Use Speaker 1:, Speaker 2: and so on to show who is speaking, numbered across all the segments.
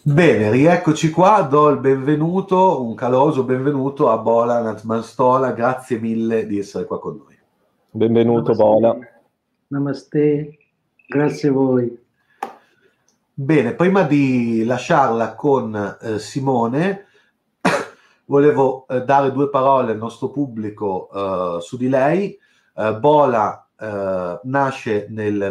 Speaker 1: Bene, rieccoci qua, do il benvenuto, un caloroso benvenuto a Bola Natmanstola, grazie mille di essere qua con noi.
Speaker 2: Benvenuto Bola.
Speaker 3: Namaste, namaste, grazie a voi.
Speaker 1: Bene, prima di lasciarla con Simone, volevo dare due parole al nostro pubblico su di lei. Bola nasce nel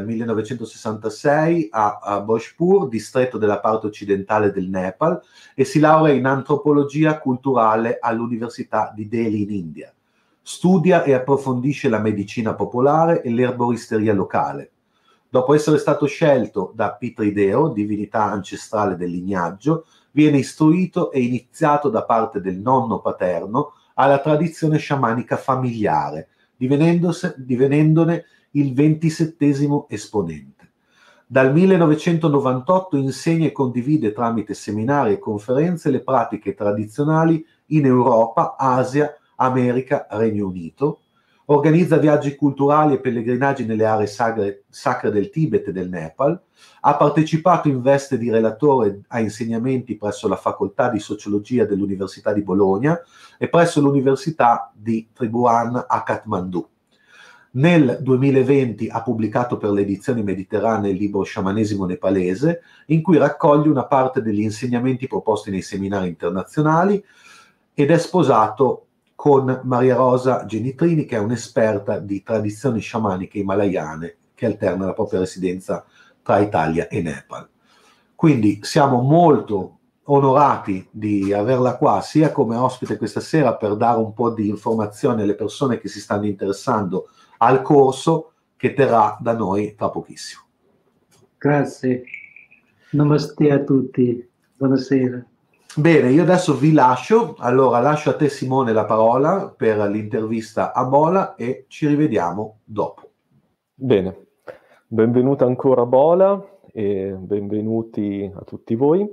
Speaker 1: 1966 a Bhojpur, distretto della parte occidentale del Nepal, e si laurea in antropologia culturale all'Università di Delhi in India. Studia e approfondisce la medicina popolare e l'erboristeria locale. Dopo essere stato scelto da Pitrideo, divinità ancestrale del lignaggio, viene istruito e iniziato da parte del nonno paterno alla tradizione sciamanica familiare, divenendone il 27° esponente. Dal 1998 insegna e condivide tramite seminari e conferenze le pratiche tradizionali in Europa, Asia, America, Regno Unito. Organizza viaggi culturali e pellegrinaggi nelle aree sacre del Tibet e del Nepal. Ha partecipato in veste di relatore a insegnamenti presso la facoltà di sociologia dell'Università di Bologna e presso l'Università di Tribhuvan a Kathmandu. Nel 2020 ha pubblicato per le edizioni mediterranee il libro Sciamanesimo nepalese, in cui raccoglie una parte degli insegnamenti proposti nei seminari internazionali, ed è sposato con Maria Rosa Genitrini, che è un'esperta di tradizioni sciamaniche himalayane, che alterna la propria residenza tra Italia e Nepal. Quindi siamo molto onorati di averla qua, sia come ospite questa sera per dare un po' di informazioni alle persone che si stanno interessando al corso che terrà da noi tra pochissimo.
Speaker 3: Grazie, namaste a tutti, buonasera.
Speaker 1: Bene, io adesso vi lascio, allora lascio a te Simone la parola per l'intervista a Bola e ci rivediamo dopo.
Speaker 2: Bene, benvenuta ancora Bola e benvenuti a tutti voi.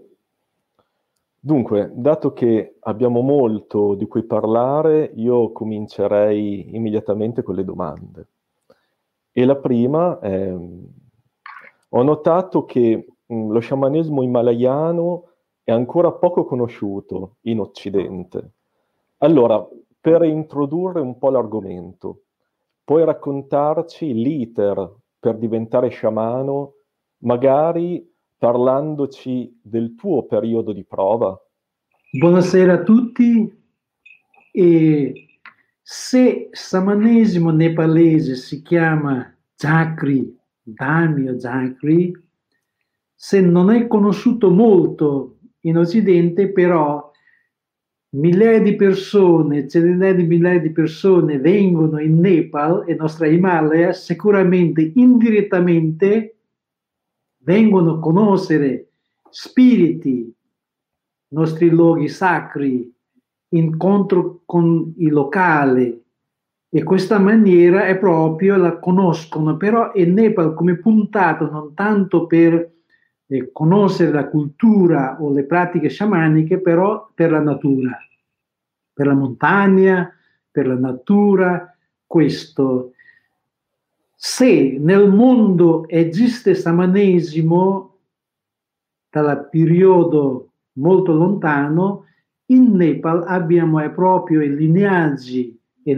Speaker 2: Dunque, dato che abbiamo molto di cui parlare, io comincerei immediatamente con le domande. E la prima è, ho notato che lo sciamanesimo himalayano è ancora poco conosciuto in Occidente. Allora, per introdurre un po' l'argomento, puoi raccontarci l'iter per diventare sciamano, magari parlandoci del tuo periodo di prova?
Speaker 3: Buonasera a tutti. E se samanesimo nepalese si chiama Jakri, Dhamma Jakri, se non è conosciuto molto in Occidente, però migliaia di persone, centinaia di migliaia di persone vengono in Nepal e nostra Himalaya, sicuramente indirettamente vengono a conoscere spiriti, nostri luoghi sacri, incontro con il locale, e questa maniera è proprio la conoscono, però il Nepal come puntato non tanto per conoscere la cultura o le pratiche sciamaniche, però per la natura, per la montagna, per la natura, questo. Se nel mondo esiste samanesimo dal periodo molto lontano, in Nepal abbiamo proprio i lineaggi e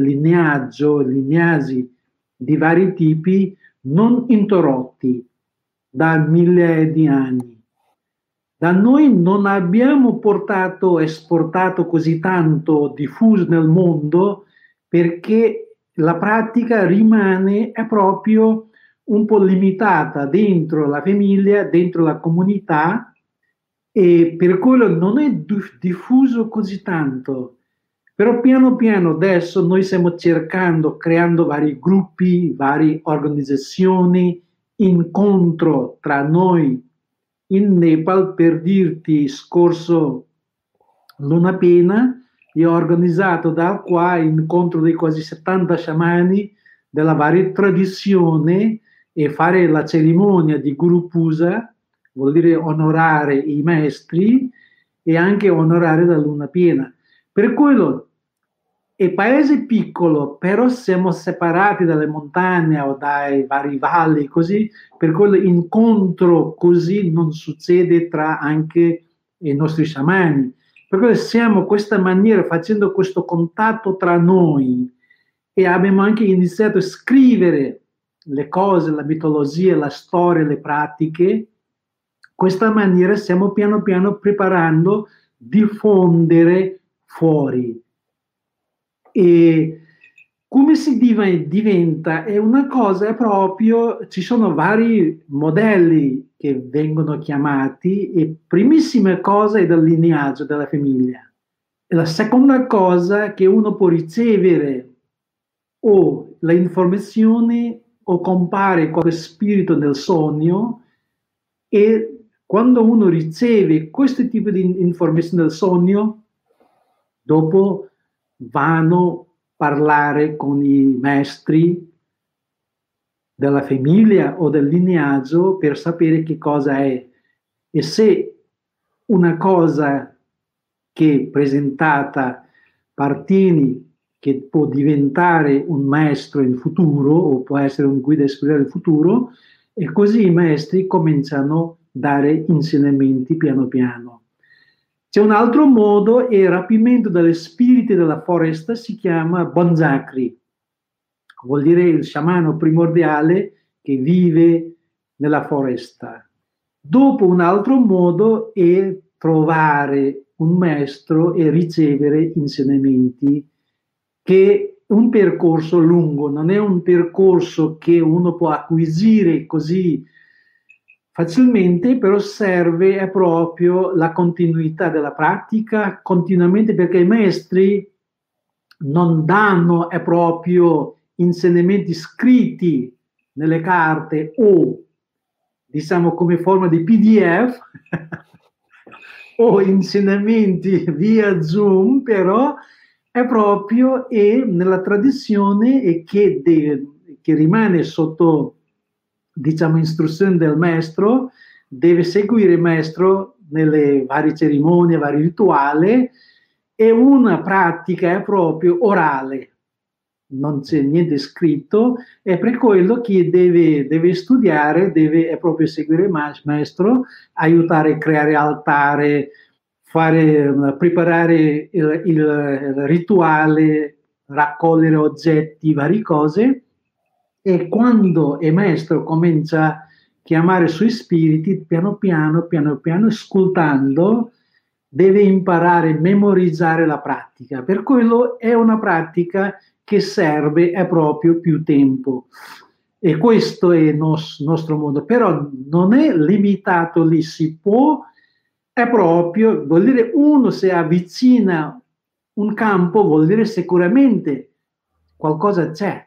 Speaker 3: lignaggi di vari tipi non interrotti da migliaia di anni. Da noi non abbiamo esportato così tanto diffuso nel mondo, perché la pratica rimane è proprio un po' limitata dentro la famiglia, dentro la comunità, e per quello non è diffuso così tanto. Però piano piano adesso noi stiamo cercando, creando vari gruppi, varie organizzazioni, incontro tra noi in Nepal. Per dirti, scorso luna piena io ho organizzato da qua incontro di quasi 70 sciamani della varia tradizione, e fare la cerimonia di Guru Puja vuol dire onorare i maestri e anche onorare la luna piena. Per quello è paese piccolo, però siamo separati dalle montagne o dai vari valli, così per quello incontro così non succede tra anche e i nostri sciamani. Perché siamo questa maniera, facendo questo contatto tra noi, e abbiamo anche iniziato a scrivere le cose, la mitologia, la storia, le pratiche. Questa maniera stiamo piano piano preparando diffondere fuori. E come si diventa? È una cosa, è proprio, ci sono vari modelli che vengono chiamati, e primissima cosa è dal lignaggio della famiglia. E la seconda cosa che uno può ricevere o le informazioni o compare qualche spirito nel sogno, e quando uno riceve questo tipo di informazioni nel sogno, dopo vanno a parlare con i maestri della famiglia o del lignaggio per sapere che cosa è, e se una cosa che è presentata Partini, che può diventare un maestro in futuro o può essere un guida spirituale in futuro, e così i maestri cominciano a dare insegnamenti piano piano. C'è un altro modo, è il rapimento dagli spiriti della foresta, si chiama Bonzakri, vuol dire il sciamano primordiale che vive nella foresta. Dopo un altro modo è trovare un maestro e ricevere insegnamenti, che è un percorso lungo, non è un percorso che uno può acquisire così facilmente, però serve è proprio la continuità della pratica continuamente, perché i maestri non danno è proprio insegnamenti scritti nelle carte o diciamo come forma di PDF o insegnamenti via Zoom, però è proprio nella tradizione e che rimane sotto, diciamo, istruzione del maestro, deve seguire il maestro nelle varie cerimonie, vari rituali, e una pratica è proprio orale, non c'è niente scritto, e per quello chi deve studiare deve proprio seguire il maestro, aiutare a creare altare, preparare il rituale, raccogliere oggetti, varie cose, e quando il maestro comincia a chiamare i suoi spiriti, piano piano, ascoltando, deve imparare a memorizzare la pratica. Per quello è una pratica che serve è proprio più tempo. E questo è il nostro modo. Però non è limitato lì, si può, è proprio, vuol dire uno se avvicina un campo, vuol dire sicuramente qualcosa c'è,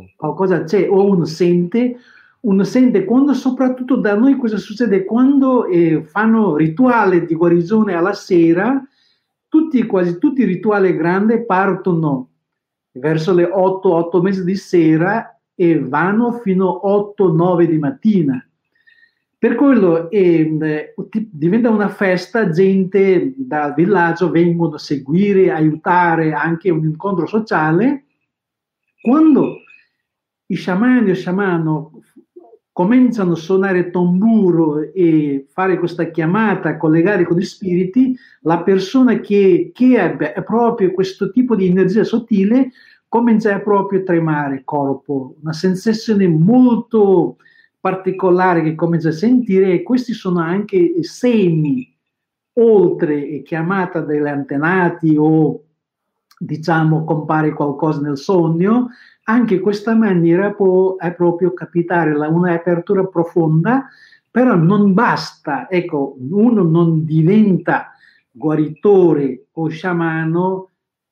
Speaker 3: o uno sente quando, soprattutto da noi cosa succede quando fanno rituale di guarigione alla sera, quasi tutti i rituali grandi partono verso le 8 mesi di sera e vanno fino a 8-9 di mattina. Per quello diventa una festa, gente dal villaggio vengono a seguire, aiutare, anche un incontro sociale. Quando i sciamani o sciamano cominciano a suonare tamburo e fare questa chiamata, collegare con gli spiriti, la persona che è proprio questo tipo di energia sottile comincia proprio a tremare il corpo, una sensazione molto particolare che comincia a sentire, e questi sono anche segni, oltre chiamata degli antenati o diciamo compare qualcosa nel sogno, anche questa maniera può proprio capitare una apertura profonda, però non basta, ecco, uno non diventa guaritore o sciamano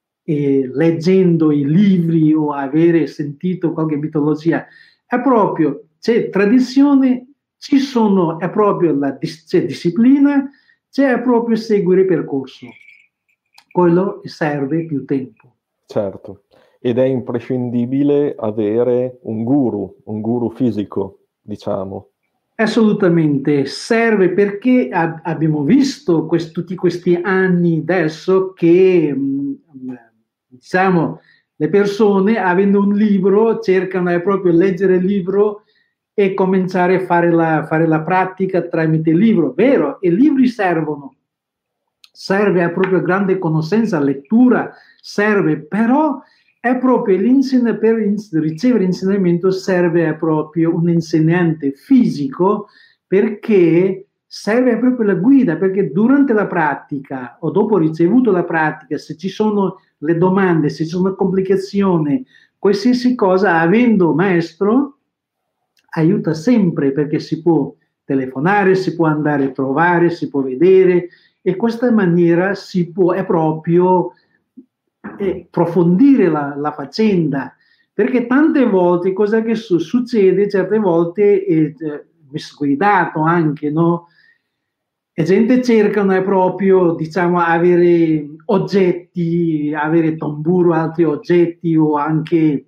Speaker 3: leggendo i libri o avere sentito qualche mitologia, è proprio, c'è tradizione, è proprio c'è disciplina, c'è proprio seguire il percorso. Quello serve più tempo.
Speaker 2: Certo, ed è imprescindibile avere un guru fisico, diciamo.
Speaker 3: Assolutamente, serve, perché abbiamo visto tutti questi anni adesso che diciamo le persone avendo un libro cercano proprio leggere il libro e cominciare a fare la pratica tramite il libro, vero? I libri servono, serve a proprio grande conoscenza, lettura serve, però è proprio per ricevere insegnamento serve proprio un insegnante fisico, perché serve proprio la guida, perché durante la pratica o dopo ricevuto la pratica, se ci sono le domande, se ci sono complicazioni, qualsiasi cosa, avendo maestro, aiuta sempre, perché si può telefonare, si può andare a trovare, si può vedere, e questa maniera si può, è proprio approfondire la faccenda, perché tante volte cosa che succede, certe volte misguidato anche, no? E gente cercano proprio, diciamo, avere oggetti, avere tamburo, altri oggetti o anche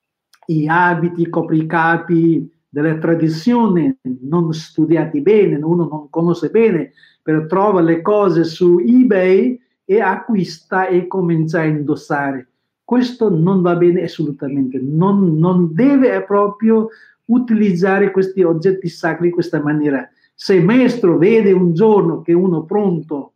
Speaker 3: i abiti, i copricapi della tradizione non studiati bene, uno non conosce bene, però trova le cose su eBay e acquista e comincia a indossare. Questo non va bene assolutamente, non deve proprio utilizzare questi oggetti sacri in questa maniera. Se il maestro vede un giorno che uno è pronto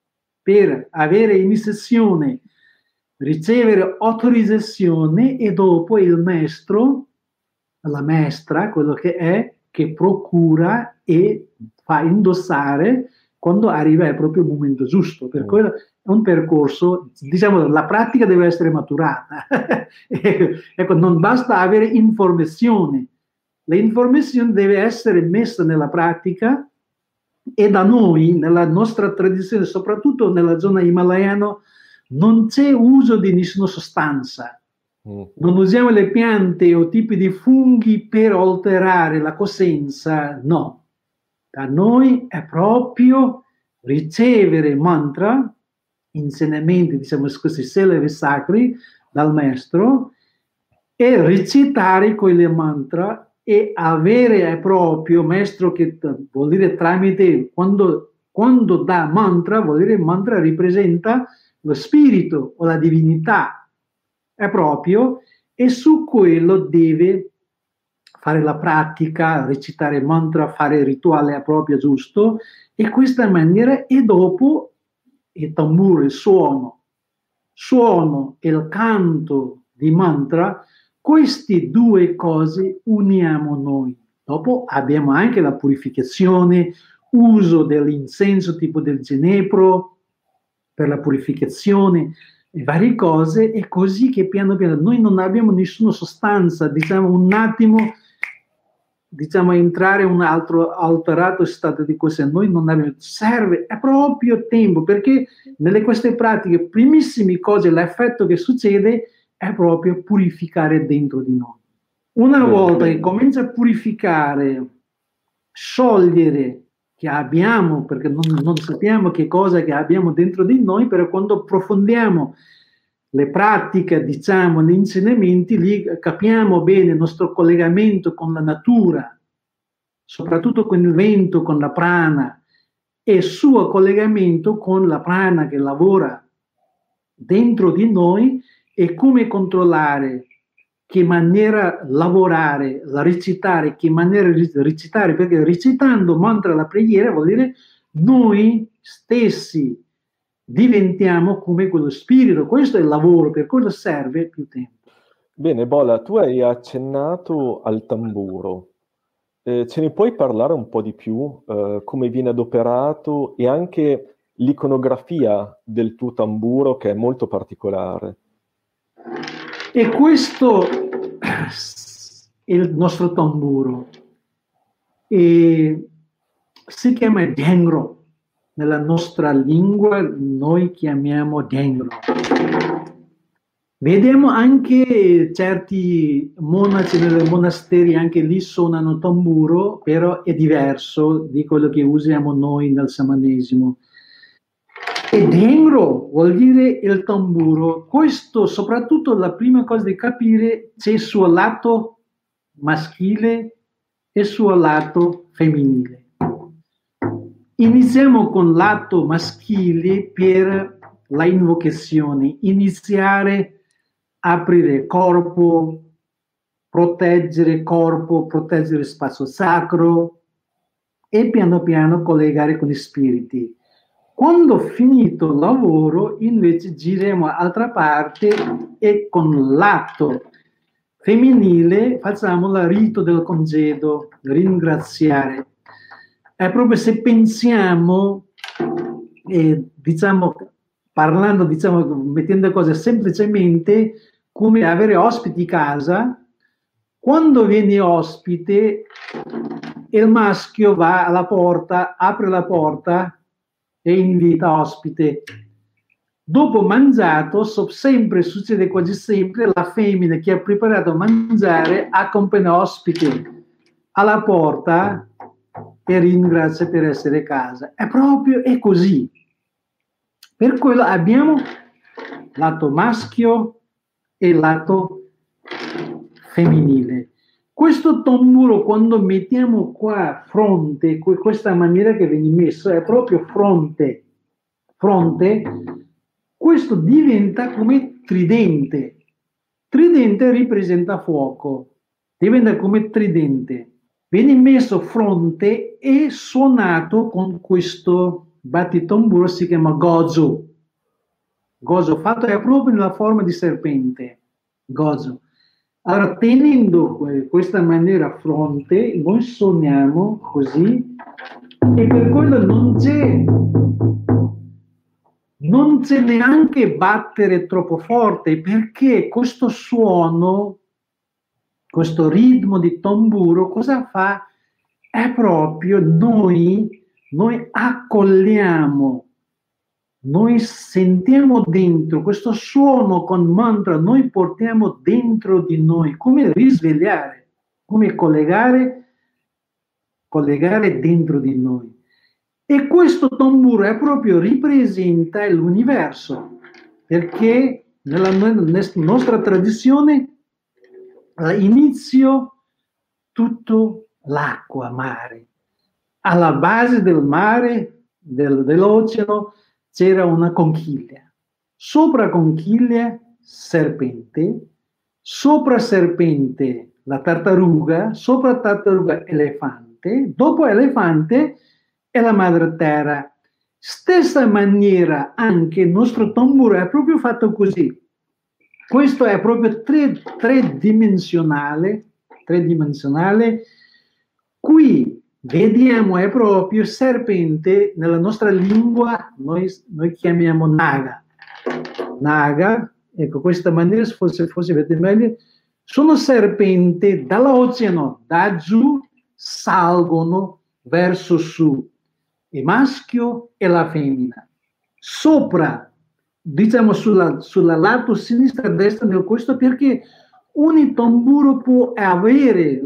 Speaker 3: per avere iniziazione, ricevere autorizzazione, e dopo il maestro, la maestra, quello che procura e fa indossare quando arriva proprio il momento giusto. Per quello è un percorso, diciamo, la pratica deve essere maturata. Ecco, non basta avere informazione. L'informazione deve essere messa nella pratica, e da noi, nella nostra tradizione, soprattutto nella zona himalayana, non c'è uso di nessuna sostanza. Non usiamo le piante o tipi di funghi per alterare la coscienza, no. Da noi è proprio ricevere mantra, insegnamenti, diciamo così, celebi sacri dal maestro, e recitare quelle mantra e avere proprio maestro, che vuol dire tramite, quando dà mantra, vuol dire mantra rappresenta lo spirito o la divinità, è proprio, e su quello deve fare la pratica, recitare mantra, fare il rituale proprio giusto, e questa maniera, e dopo il tamburo, il suono e il canto di mantra, queste due cose uniamo noi. Dopo abbiamo anche la purificazione, uso dell'incenso tipo del ginepro per la purificazione, varie cose, e così che piano piano noi non abbiamo nessuna sostanza, diciamo un attimo, diciamo entrare in un altro alterato stato di cose, noi non abbiamo, serve, è proprio tempo, perché nelle queste pratiche, primissime cose, l'effetto che succede è proprio purificare dentro di noi. Una volta che comincia a purificare, sciogliere che abbiamo, perché non sappiamo che cosa che abbiamo dentro di noi, però quando approfondiamo le pratiche, diciamo, gli insegnamenti, lì capiamo bene il nostro collegamento con la natura, soprattutto con il vento, con la prana, e il suo collegamento con la prana che lavora dentro di noi, e come controllare, che maniera lavorare, la recitare, che maniera recitare, perché recitando mantra la preghiera vuol dire noi stessi diventiamo come quello spirito. Questo è il lavoro, per quello serve più tempo.
Speaker 2: Bene, Bola, tu hai accennato al tamburo. Ce ne puoi parlare un po' di più? Come viene adoperato e anche l'iconografia del tuo tamburo, che è molto particolare.
Speaker 3: E questo è il nostro tamburo. E si chiama Dhengro. Nella nostra lingua noi chiamiamo Dhengro. Vediamo anche certi monaci nei monasteri, anche lì suonano tamburo, però è diverso di quello che usiamo noi nel samanesimo. E Dhengro vuol dire il tamburo. Questo, soprattutto, la prima cosa da capire, c'è il suo lato maschile e il suo lato femminile. Iniziamo con il lato maschile per la invocazione, iniziare a aprire corpo, proteggere spazio sacro, e piano piano collegare con gli spiriti. Quando finito il lavoro, invece, giriamo all'altra parte e con l'atto femminile facciamo il rito del congedo, ringraziare. È proprio se pensiamo, diciamo, parlando, diciamo, mettendo cose semplicemente, come avere ospiti in casa. Quando viene ospite, il maschio va alla porta, apre la porta e invita ospite. Dopo mangiato, sempre succede quasi sempre, la femmina che ha preparato a mangiare accompagna ospite alla porta e ringrazia per essere a casa. È così. Per quello abbiamo lato maschio e lato femminile. Questo tamburo, quando mettiamo qua fronte, questa maniera che viene messo, è proprio fronte. Questo diventa come tridente. Tridente rappresenta fuoco, diventa come tridente. Viene messo fronte e suonato con questo battitamburo, si chiama gozo. Gozo fatto è proprio nella forma di serpente. Gozo. Allora, tenendo questa maniera a fronte, noi suoniamo così e per quello non c'è neanche battere troppo forte, perché questo suono, questo ritmo di tamburo, cosa fa? È proprio noi accogliamo, noi sentiamo dentro questo suono con mantra, noi portiamo dentro di noi, come risvegliare, come collegare dentro di noi. E questo tamburo è proprio rappresenta l'universo, perché nella nostra tradizione all'inizio tutto l'acqua, mare. Alla base del mare, dell'oceano, c'era una conchiglia. Sopra conchiglia, serpente. Sopra serpente, la tartaruga. Sopra tartaruga, elefante. Dopo elefante è la madre terra. Stessa maniera anche il nostro tamburo è proprio fatto così. Questo è proprio tridimensionale. Qui vediamo è proprio serpente, nella nostra lingua noi chiamiamo naga. Naga, ecco, questa maniera, forse vedete meglio, sono serpenti dall'oceano, da giù, salgono verso su, il maschio e la femmina. Sopra, diciamo sulla lato sinistra e destra di questo, perché ogni tamburo può avere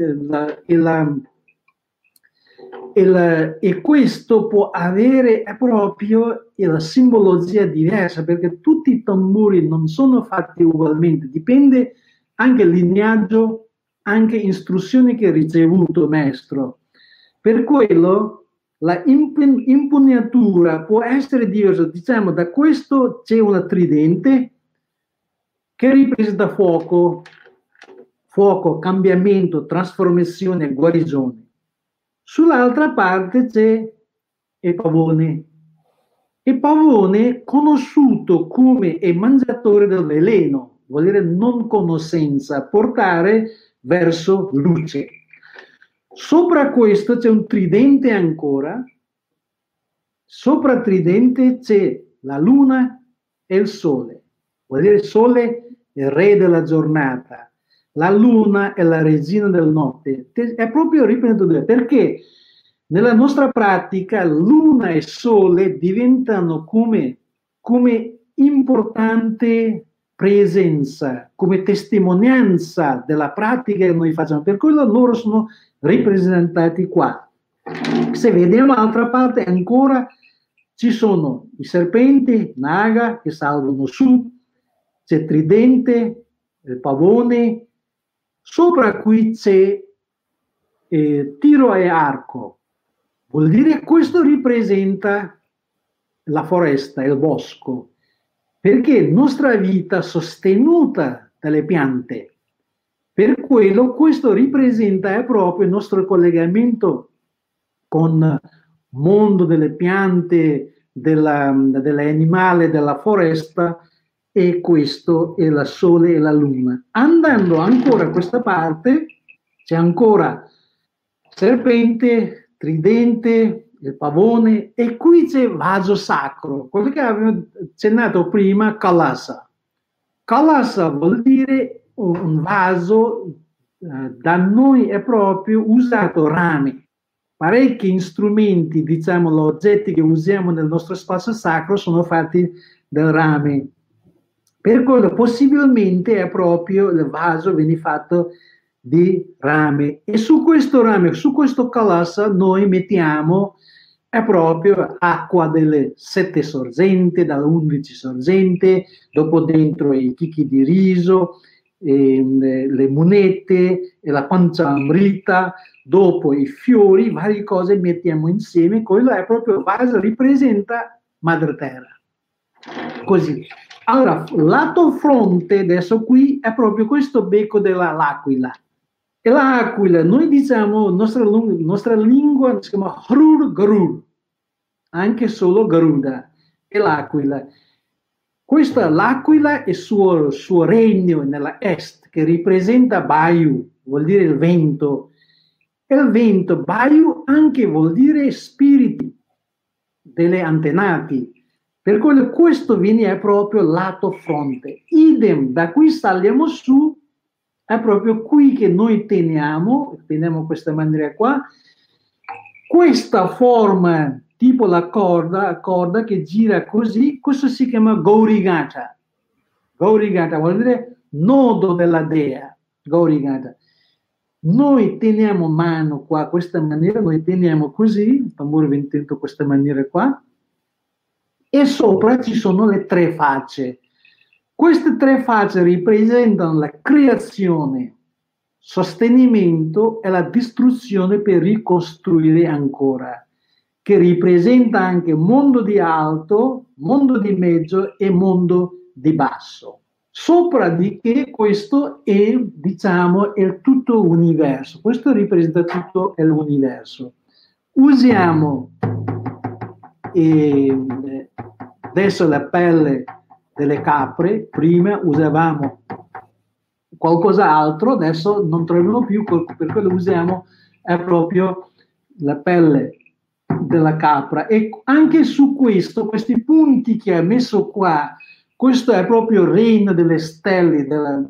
Speaker 3: e questo può avere proprio la simbologia diversa, perché tutti i tamburi non sono fatti ugualmente, dipende anche il lignaggio, anche istruzioni che ha ricevuto il maestro. Per quello la impugnatura può essere diversa. Diciamo, da questo c'è una tridente che rappresenta fuoco, cambiamento, trasformazione, guarigione. Sull'altra parte c'è il pavone. Il pavone conosciuto come il mangiatore del veleno, vuol dire non conoscenza, portare verso luce. Sopra questo c'è un tridente ancora. Sopra il tridente c'è la luna e il sole. Vuol dire il sole è il re della giornata. La luna è la regina della notte. È proprio ripetuto, perché nella nostra pratica luna e sole diventano come importante presenza, come testimonianza della pratica che noi facciamo. Per quello loro sono rappresentati qua. Se vediamo l'altra parte ancora ci sono i serpenti, naga che salgono su, c'è il tridente, il pavone, sopra qui c'è tiro e arco. Vuol dire che questo rappresenta la foresta, il bosco, perché la nostra vita è sostenuta dalle piante. Per quello questo rappresenta proprio il nostro collegamento con il mondo delle piante, dell'animale della foresta, e questo è il sole e la luna. Andando ancora a questa parte c'è ancora serpente, tridente, il pavone, e qui c'è vaso sacro, quello che avevo accennato prima, kalasa. Kalasa vuol dire un vaso, da noi è proprio usato rame. Parecchi strumenti, diciamo, oggetti che usiamo nel nostro spazio sacro sono fatti del rame. Per quello possibilmente è proprio il vaso viene fatto di rame, e su questo rame, su questo kalasa, noi mettiamo è proprio acqua delle 7 sorgenti, dalle 11 sorgenti, dopo dentro i chicchi di riso, le monete, e la panchamrita, dopo i fiori, varie cose mettiamo insieme. Quello è proprio vaso, rappresenta Madre Terra. Così. Allora, lato fronte, adesso qui, è proprio questo becco dell'aquila. E l'aquila, noi diciamo, nostra lingua si chiama Hrur Garur, anche solo Garuda, e l'aquila. Questa, l'aquila è il suo regno nella est, che rappresenta Bayu, vuol dire il vento. E il vento, Bayu, anche vuol dire spiriti delle antenati. Per quello questo viene proprio lato fronte. Idem, da qui saliamo su, è proprio qui che noi teniamo questa maniera qua, questa forma tipo la corda che gira così, questo si chiama Gaurigata. Gaurigata vuol dire nodo della dea, Gaurigata. Noi teniamo mano qua, questa maniera, noi teniamo così, il tamburo vi intento questa maniera qua, e sopra ci sono le 3 facce. Queste 3 facce rappresentano la creazione, sostenimento e la distruzione per ricostruire ancora, che rappresenta anche mondo di alto, mondo di mezzo e mondo di basso. Sopra di che questo è, diciamo, il tutto universo. Questo rappresenta tutto l'universo. Usiamo adesso la pelle delle capre, prima usavamo qualcos'altro, adesso non troviamo più, per quello usiamo è proprio la pelle della capra. E anche su questo, questi punti che ha messo qua, questo è proprio il regno delle stelle,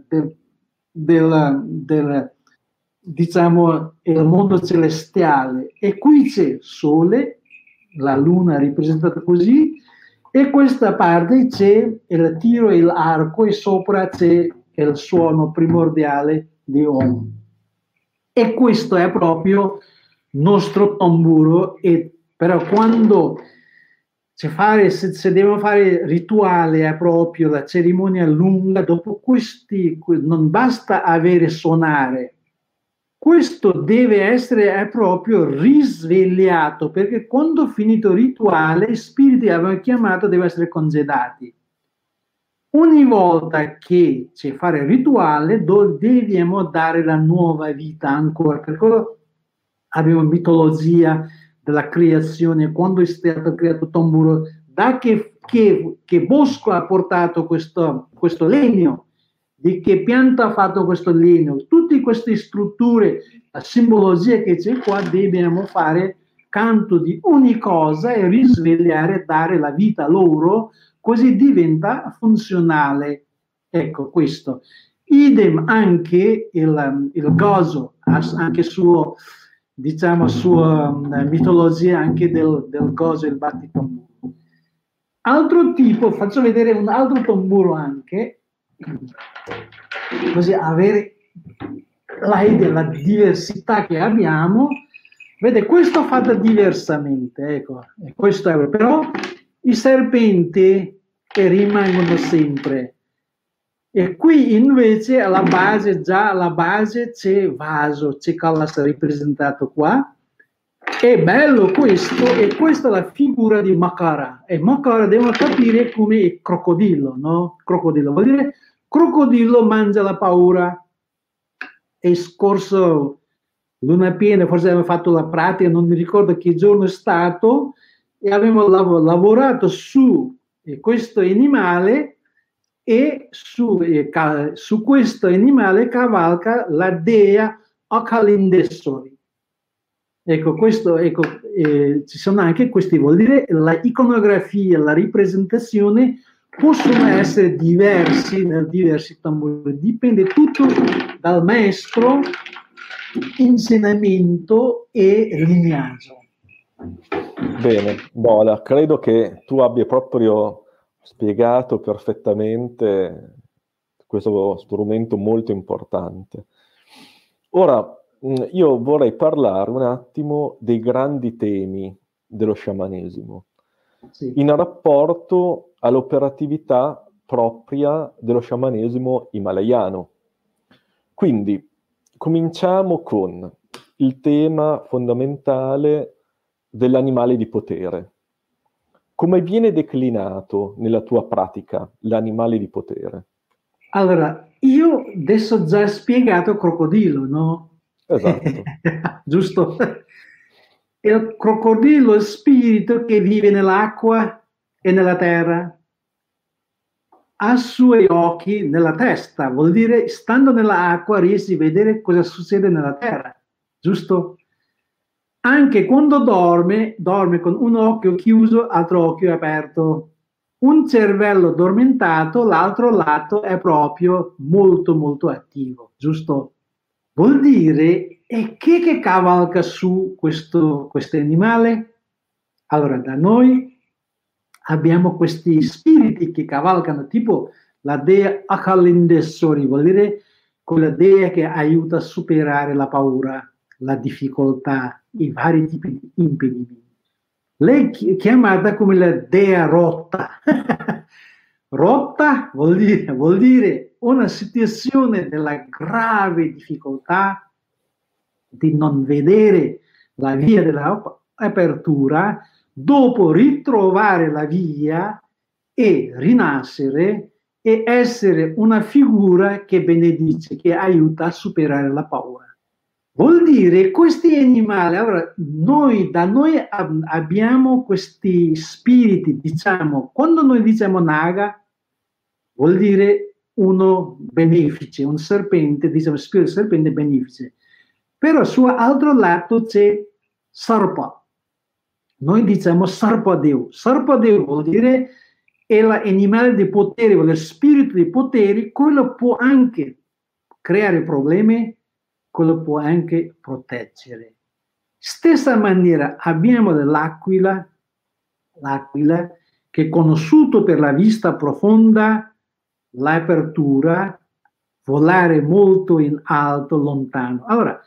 Speaker 3: diciamo il mondo celestiale, e qui c'è sole, la luna rappresentata così, e questa parte c'è il tiro e l'arco, e sopra c'è il suono primordiale di Om. E questo è proprio nostro tamburo. E però quando se devono fare rituale, è proprio la cerimonia lunga, dopo questi non basta avere suonare, questo deve essere è proprio risvegliato, perché quando finito il rituale i spiriti avevano chiamato deve essere congedati. Ogni volta che c'è fare il rituale dobbiamo dare la nuova vita ancora, per quello abbiamo mitologia della creazione, quando è stato creato tamburo, da che bosco ha portato questo legno, di che pianta ha fatto questo legno, tutte queste strutture, la simbologia che c'è qua, dobbiamo fare canto di ogni cosa e risvegliare, dare la vita loro, così diventa funzionale. Ecco questo. Idem anche il Gozo, anche suo, diciamo, sua mitologia anche del Gozo e il battitamburo. Altro tipo, faccio vedere un altro tamburo anche, così avere l'idea della diversità che abbiamo. Vede, questo è fatto diversamente, ecco, e questo è, però i serpenti rimangono sempre. E qui invece alla base, già alla base c'è vaso, c'è Kalasa rappresentato qua. È bello questo, e questa è la figura di Makara. E Makara devono capire come il crocodilo, no? Crocodilo vuol dire crocodilo mangia la paura. E scorso luna piena, forse avevamo fatto la pratica, non mi ricordo che giorno è stato, e abbiamo lavorato su questo animale e su questo animale cavalca la dea Akalindeswari. Ecco, ci sono anche questi, vuol dire la iconografia, la ripresentazione possono essere diversi nei diversi tamburi, dipende tutto dal maestro, insegnamento e lignaggio.
Speaker 2: Bene, Bola, credo che tu abbia proprio spiegato perfettamente questo strumento molto importante. Ora, io vorrei parlare un attimo dei grandi temi dello sciamanesimo,
Speaker 3: Sì.
Speaker 2: in rapporto all'operatività propria dello sciamanesimo himalayano. Quindi, cominciamo con il tema fondamentale dell'animale di potere. Come viene declinato nella tua pratica l'animale di potere?
Speaker 3: Allora, io adesso ho già spiegato crocodilo, no?
Speaker 2: Esatto.
Speaker 3: Giusto? Il crocodilo è il spirito che vive nell'acqua e nella terra. Ha suoi occhi nella testa, vuol dire stando nell'acqua riesci a vedere cosa succede nella terra, giusto? Anche quando dorme con un occhio chiuso, altro occhio aperto. Un cervello addormentato, l'altro lato è proprio molto molto attivo, giusto? Vuol dire, e che cavalca su questo animale? Allora, da noi abbiamo questi spiriti che cavalcano, tipo la dea Akalindeswari, vuol dire quella dea che aiuta a superare la paura, la difficoltà, i vari tipi di impedimenti. Lei è chiamata come la dea rotta. Rotta vuol dire una situazione della grave difficoltà di non vedere la via dell'apertura, dopo ritrovare la via e rinascere e essere una figura che benedice, che aiuta a superare la paura. Vuol dire questi animali, allora da noi abbiamo questi spiriti, diciamo, quando noi diciamo naga, vuol dire uno benefice, un serpente, diciamo spirito serpente benefice. Però su altro lato c'è sarpa. Noi diciamo sarpadeu. Sarpadeu vuol dire è l'animale di potere, vuol dire spirito di poteri, quello può anche creare problemi, quello può anche proteggere. Stessa maniera abbiamo l'aquila che è conosciuto per la vista profonda, l'apertura, volare molto in alto, lontano. Allora,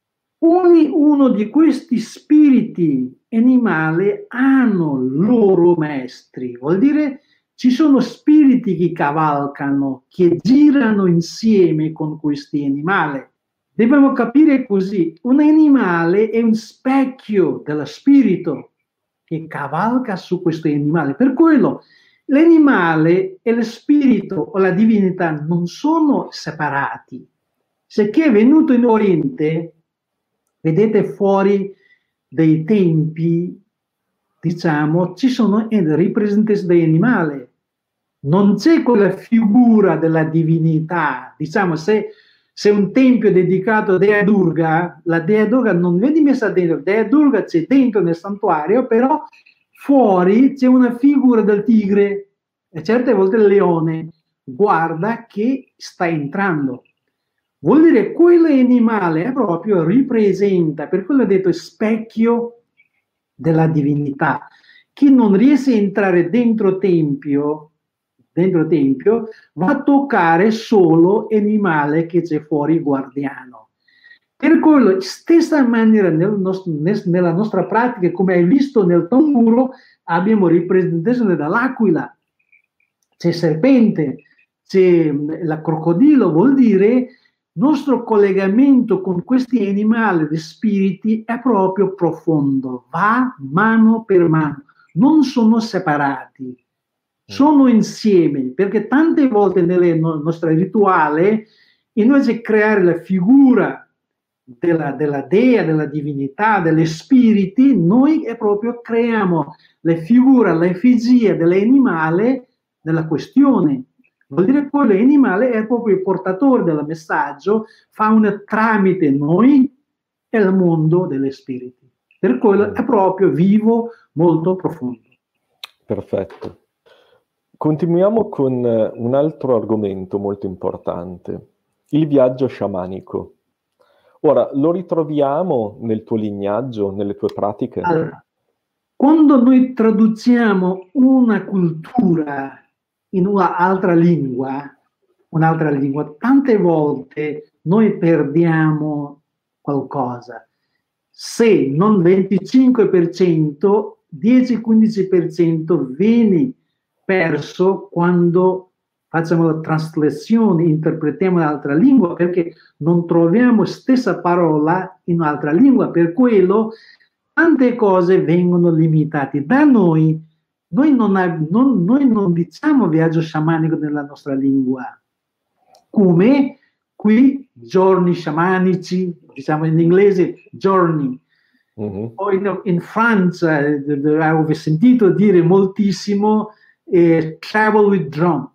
Speaker 3: uno di questi spiriti animali hanno loro maestri, vuol dire ci sono spiriti che cavalcano, che girano insieme con questi animali. Dobbiamo capire così, un animale è un specchio dello spirito che cavalca su questo animale. Per quello l'animale e lo spirito o la divinità non sono separati. Se chi è venuto in Oriente, vedete fuori dei tempi, diciamo, ci sono rappresentanze dell'animale. Non c'è quella figura della divinità. Diciamo, se un tempio è dedicato a Dea Durga, la Dea Durga non viene messa dentro, Dea Durga c'è dentro nel santuario, però fuori c'è una figura del tigre e certe volte il leone. Guarda che sta entrando. Vuol dire quell'animale è proprio ripresenta, per quello ho detto specchio della divinità. Chi non riesce a entrare dentro tempio va a toccare solo l'animale che c'è fuori guardiano. Per quello, stessa maniera nella nostra pratica, come hai visto nel tamburo, abbiamo ripresentazione dell'aquila, c'è serpente, c'è la crocodilo, vuol dire nostro collegamento con questi animali di spiriti è proprio profondo, va mano per mano, non sono separati, sono insieme, perché tante volte nelle nostre rituali, invece di creare la figura della dea, della divinità, degli spiriti, noi è proprio creiamo le figure, l'effigie dell'animale della questione. Vuol dire che l'animale è proprio il portatore del messaggio, fa un tramite noi e il mondo degli spiriti. Per quello è proprio vivo, molto profondo.
Speaker 2: Perfetto. Continuiamo con un altro argomento molto importante, il viaggio sciamanico. Ora, lo ritroviamo nel tuo lignaggio, nelle tue pratiche?
Speaker 3: Allora, quando noi traduciamo una cultura in un'altra lingua, tante volte noi perdiamo qualcosa. Se non 25%, 10-15% viene perso quando facciamo la traslazione, interpretiamo un'altra lingua, perché non troviamo stessa parola in un'altra lingua. Per quello tante cose vengono limitate. Da noi non diciamo viaggio sciamanico nella nostra lingua, come qui giorni sciamanici, diciamo in inglese journey. O in Francia avevo sentito dire moltissimo travel with drum.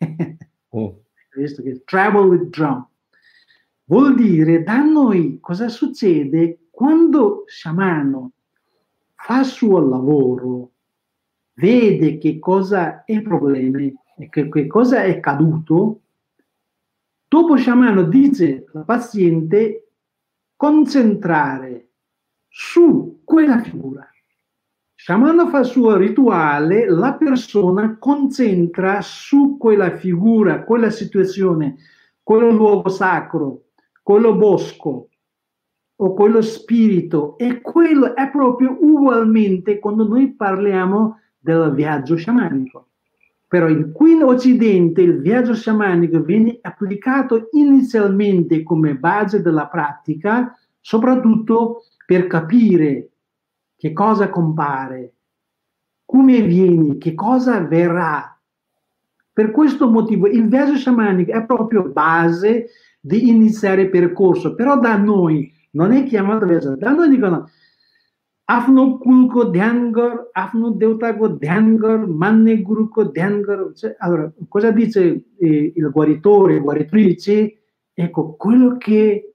Speaker 3: Visto che travel with drum vuol dire da noi cosa succede quando sciamano fa il suo lavoro, vede che cosa è il problema e che cosa è caduto. Dopo sciamano dice al paziente concentrare su quella figura. Sciamano fa il suo rituale, la persona concentra su quella figura, quella situazione, quello luogo sacro, quello bosco o quello spirito, e quello è proprio ugualmente quando noi parliamo del viaggio sciamanico. Però qui in Occidente il viaggio sciamanico viene applicato inizialmente come base della pratica, soprattutto per capire che cosa compare, come viene, che cosa verrà. Per questo motivo il viaggio sciamanico è proprio base di iniziare il percorso, però da noi non è chiamato viaggio, da noi dicono Afno Kulko Dhyangar, Afno Deutago Dhyangar, Manne Guruko Dhyangar. Allora, cosa dice il guaritore, guaritrice? Ecco, quello che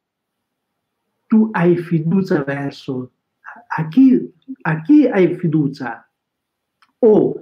Speaker 3: tu hai fiducia verso, a chi hai fiducia, o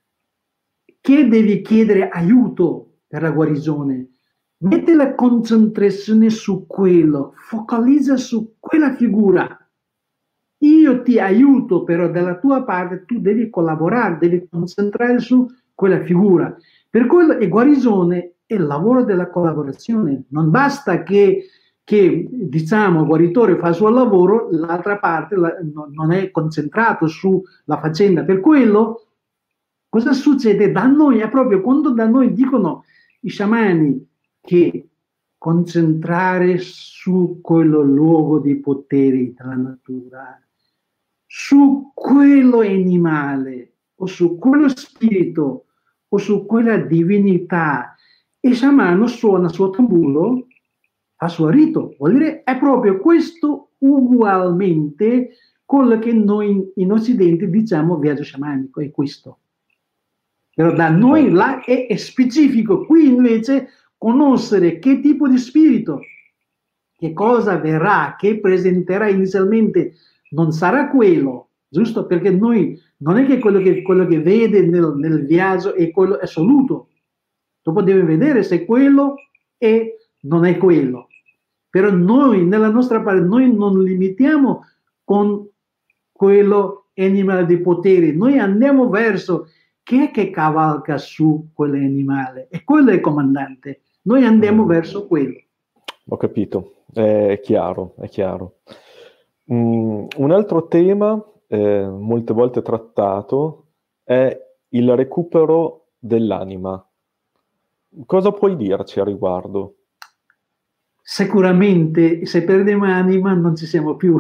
Speaker 3: che devi chiedere aiuto per la guarigione. Metti la concentrazione su quello, focalizza su quella figura. Io ti aiuto, però dalla tua parte tu devi collaborare, devi concentrare su quella figura. Per quello è guarigione è il lavoro della collaborazione. Non basta che diciamo il guaritore fa il suo lavoro, l'altra parte non è concentrato sulla faccenda. Per quello cosa succede da noi? È proprio quando da noi dicono i sciamani che concentrare su quello luogo di potere della natura, su quello animale o su quello spirito o su quella divinità, e sciamano suona il suo tamburo, fa il suo rito. Vuol dire è proprio questo ugualmente quello che noi in Occidente diciamo viaggio sciamanico, è questo. Però da noi là è specifico, qui invece conoscere che tipo di spirito, che cosa verrà, che presenterà inizialmente, non sarà quello, giusto? Perché noi non è che quello che vede nel viaggio è quello assoluto. Dopo deve vedere se quello è non è quello. Però noi, nella nostra parte, noi non limitiamo con quello animale di potere, noi andiamo verso chi è che cavalca su quell'animale, e quello è il comandante. Noi andiamo verso quello.
Speaker 2: Ho capito, è chiaro, è chiaro. Un altro tema molte volte trattato è il recupero dell'anima. Cosa puoi dirci a riguardo?
Speaker 3: Sicuramente se perdiamo anima non ci siamo più.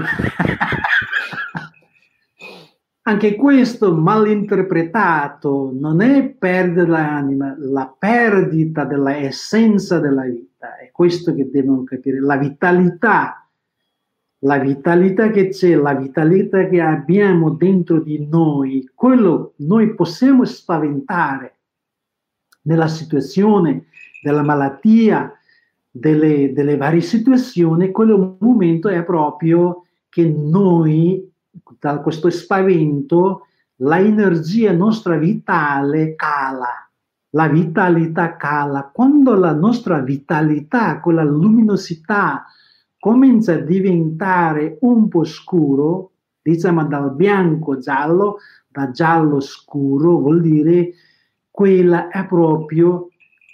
Speaker 3: Anche questo mal interpretato non è perdere l'anima, la perdita della essenza della vita. È questo che devono capire, la vitalità la vitalità che c'è, la vitalità che abbiamo dentro di noi, quello noi possiamo spaventare nella situazione della malattia, delle varie situazioni, quello momento è proprio che noi, da questo spavento, la energia nostra vitale cala, la vitalità cala. Quando la nostra vitalità, quella luminosità, comincia a diventare un po' scuro, diciamo dal bianco giallo, da giallo scuro, vuol dire quella è proprio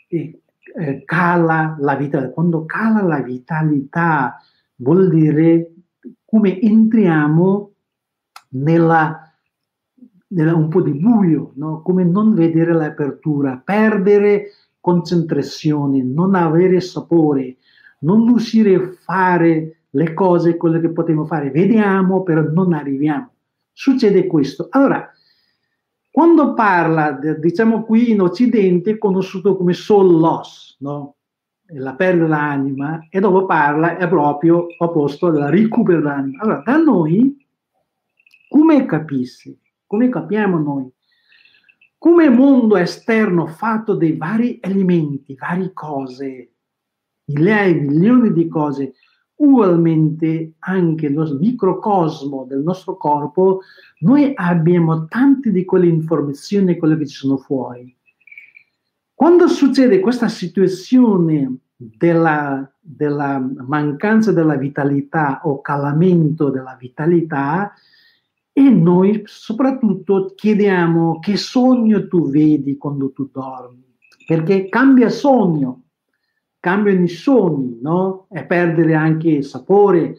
Speaker 3: cala la vitalità. Quando cala la vitalità vuol dire come entriamo nella un po' di buio, no? Come non vedere l'apertura, perdere concentrazione, non avere sapore, non riuscire a fare le cose, quelle che potremmo fare. Vediamo, però non arriviamo. Succede questo. Allora, quando parla, diciamo qui in Occidente, è conosciuto come soul loss, no? La perdita dell'anima, e dopo parla, è proprio opposto alla recupero dell'anima. Allora, da noi, come capissi? Come capiamo noi? Come mondo esterno fatto dei vari elementi, varie cose, milioni di cose, ugualmente anche lo microcosmo del nostro corpo, noi abbiamo tante di quelle informazioni, quelle che ci sono fuori. Quando succede questa situazione della mancanza della vitalità o calamento della vitalità, e noi soprattutto chiediamo che sogno tu vedi quando tu dormi, perché cambia sogno, cambiano i sogni, no? E perdere anche il sapore,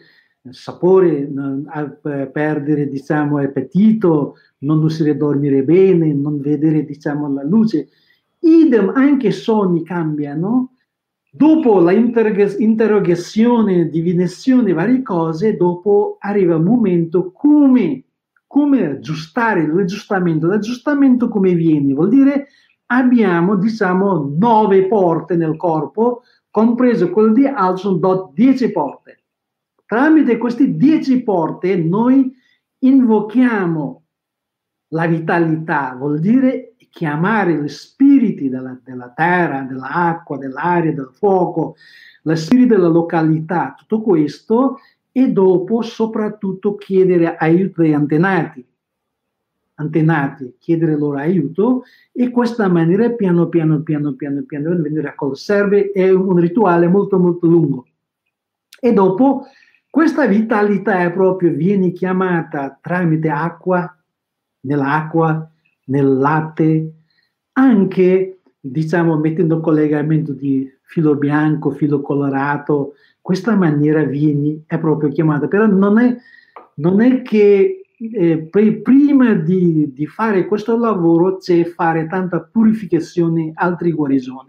Speaker 3: perdere, diciamo, appetito, non riuscire a dormire bene, non vedere, diciamo, la luce. Idem, anche i sogni cambiano. Dopo la interrogazione, divinazione, varie cose, dopo arriva un momento come aggiustare l'aggiustamento. L'aggiustamento come viene? Vuol dire abbiamo, diciamo, 9 porte nel corpo, compreso quello di alto, sono 10 porte. Tramite queste 10 porte noi invochiamo la vitalità, vuol dire chiamare gli spiriti della terra, dell'acqua, dell'aria, del fuoco, gli spiriti della località, tutto questo, e dopo soprattutto chiedere aiuto agli antenati, chiedere loro aiuto, e questa maniera piano piano venire raccolto. Serve, è un rituale molto molto lungo. E dopo questa vitalità è proprio viene chiamata tramite acqua, nell'acqua, nel latte, anche, diciamo, mettendo collegamento di filo bianco, filo colorato. Questa maniera è proprio chiamata, però non è che prima di fare questo lavoro c'è fare tanta purificazione, altre guarigioni.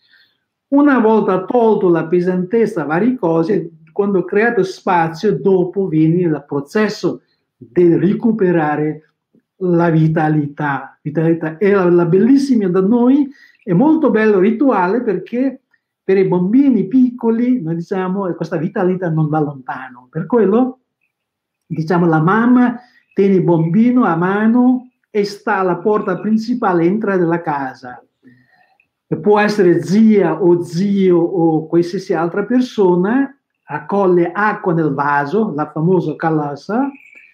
Speaker 3: Una volta tolto la pesantezza, varie cose, quando ho creato spazio, dopo viene il processo di recuperare la vitalità. E la bellissima da noi è molto bello rituale, perché per i bambini piccoli noi diciamo questa vitalità non va lontano, per quello diciamo la mamma tiene il bambino a mano e sta alla porta principale, entra nella casa, e può essere zia o zio o qualsiasi altra persona, raccoglie acqua nel vaso, la famosa calassa,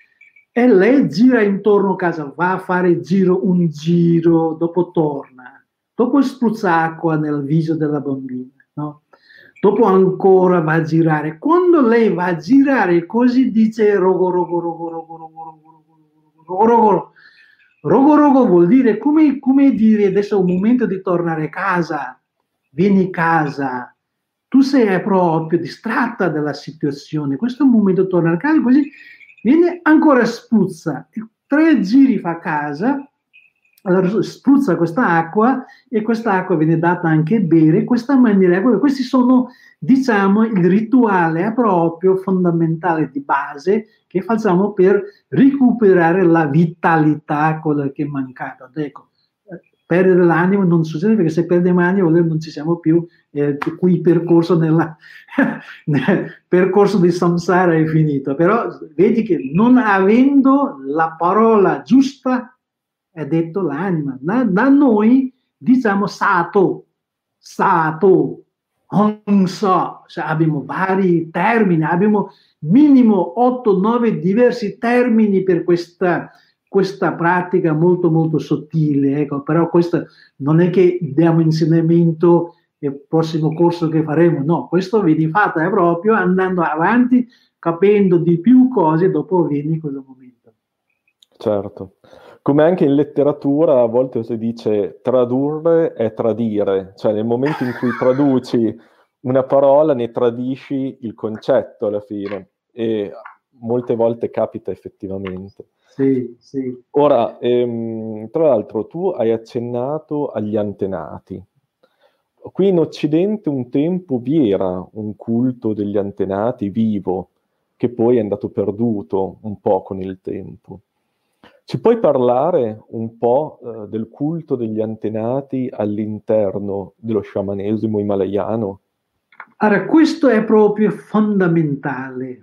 Speaker 3: e lei gira intorno a casa, va a fare un giro, dopo torna, dopo spruzza acqua nel viso della bambina, no? Dopo ancora va a girare. Quando lei va a girare così dice rogo rogo rogo rogo rogo rogo rogo rogo rogo rogo, vuol dire come dire adesso è un momento di tornare a casa, vieni a casa, tu sei proprio distratta dalla situazione, questo è un momento di tornare a casa, così viene ancora spruzza, 3 giri fa a casa, allora spruzza questa acqua e questa acqua viene data anche a bere. Questa maniera, questi sono, diciamo, il rituale proprio fondamentale di base che facciamo per recuperare la vitalità, quella che è mancata. Ecco, perdere l'anima non succede, perché se perdiamo l'anima non ci siamo più, qui il percorso nel percorso di samsara è finito. Però vedi che non avendo la parola giusta è detto l'anima. Da noi diciamo sato, honsa, cioè abbiamo vari termini, abbiamo minimo 8-9 diversi termini per questa pratica molto molto sottile, ecco. Però questo non è che diamo insegnamento nel prossimo corso che faremo, no, questo viene fatto proprio andando avanti, capendo di più cose, dopo viene quello momento.
Speaker 2: Certo. Come anche in letteratura a volte si dice tradurre è tradire, cioè nel momento in cui traduci una parola ne tradisci il concetto alla fine, e molte volte capita effettivamente.
Speaker 3: Sì, sì.
Speaker 2: Ora, tra l'altro tu hai accennato agli antenati. Qui in Occidente un tempo vi era un culto degli antenati vivo, che poi è andato perduto un po' con il tempo. Ci puoi parlare un po' del culto degli antenati all'interno dello sciamanesimo himalayano?
Speaker 3: Allora, questo è proprio fondamentale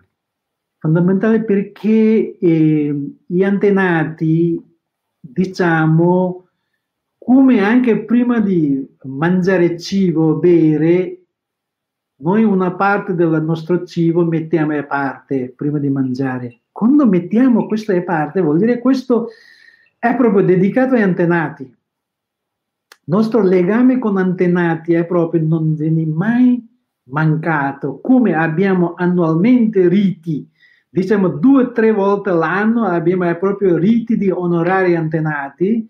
Speaker 3: perché gli antenati, diciamo, come anche prima di mangiare cibo, bere, noi una parte del nostro cibo mettiamo a parte prima di mangiare. Quando mettiamo questo a parte, vuol dire che questo è proprio dedicato agli antenati. Il nostro legame con antenati è proprio, non viene mai mancato. Come abbiamo annualmente riti, diciamo 2 o 3 volte all'anno abbiamo proprio riti di onorare gli antenati,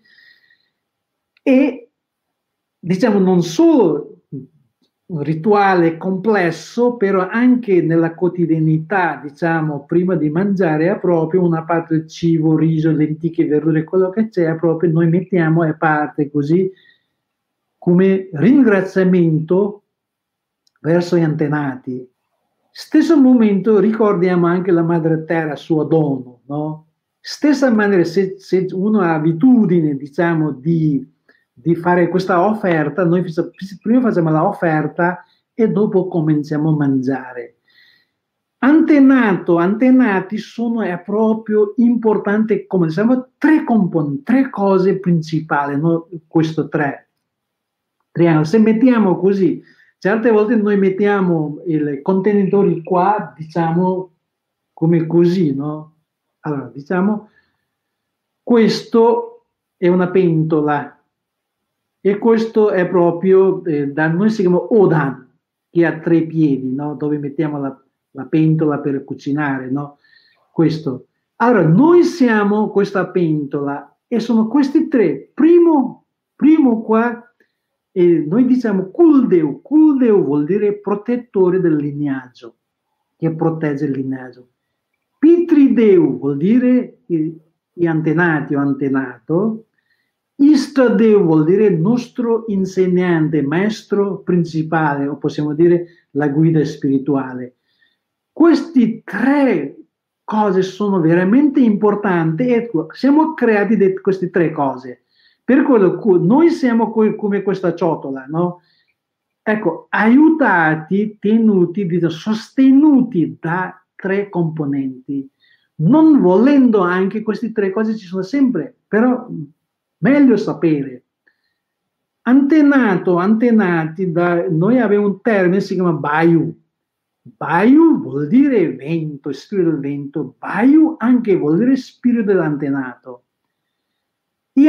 Speaker 3: e diciamo non solo un rituale complesso, però anche nella quotidianità, diciamo, prima di mangiare è proprio una parte del cibo, riso, lenticchie, verdure, quello che c'è, proprio noi mettiamo a parte così come ringraziamento verso gli antenati. Stesso momento ricordiamo anche la Madre Terra, suo dono, no? Stessa maniera, se uno ha abitudine, diciamo, di fare questa offerta, noi prima facciamo l'offerta e dopo cominciamo a mangiare. Antenati sono proprio importanti, come diciamo, 3 componenti, 3 cose principali, no? Questo 3 triangolo. Se mettiamo così, certe volte noi mettiamo i contenitori qua, diciamo, come così, no? Allora, diciamo, questo è una pentola, e questo è proprio, da noi si chiama Odan, che ha 3 piedi, no? Dove mettiamo la pentola per cucinare, no? Questo. Allora, noi siamo questa pentola e sono questi 3. Primo qua, noi diciamo Kuldeu. Kuldeu vuol dire protettore del lignaggio, che protegge il lignaggio. Pitrideu vuol dire gli antenati o antenato. Istadeu vuol dire nostro insegnante, maestro principale, o possiamo dire la guida spirituale. Queste 3 cose sono veramente importanti e siamo creati di queste 3 cose. Per quello noi siamo come questa ciotola, no? Ecco, aiutati, tenuti, sostenuti da 3 componenti. Non volendo anche queste 3 cose ci sono sempre, però meglio sapere. Antenati, noi abbiamo un termine, si chiama Bayu. Bayu vuol dire vento, spirito del vento. Bayu anche vuol dire spirito dell'antenato. Gli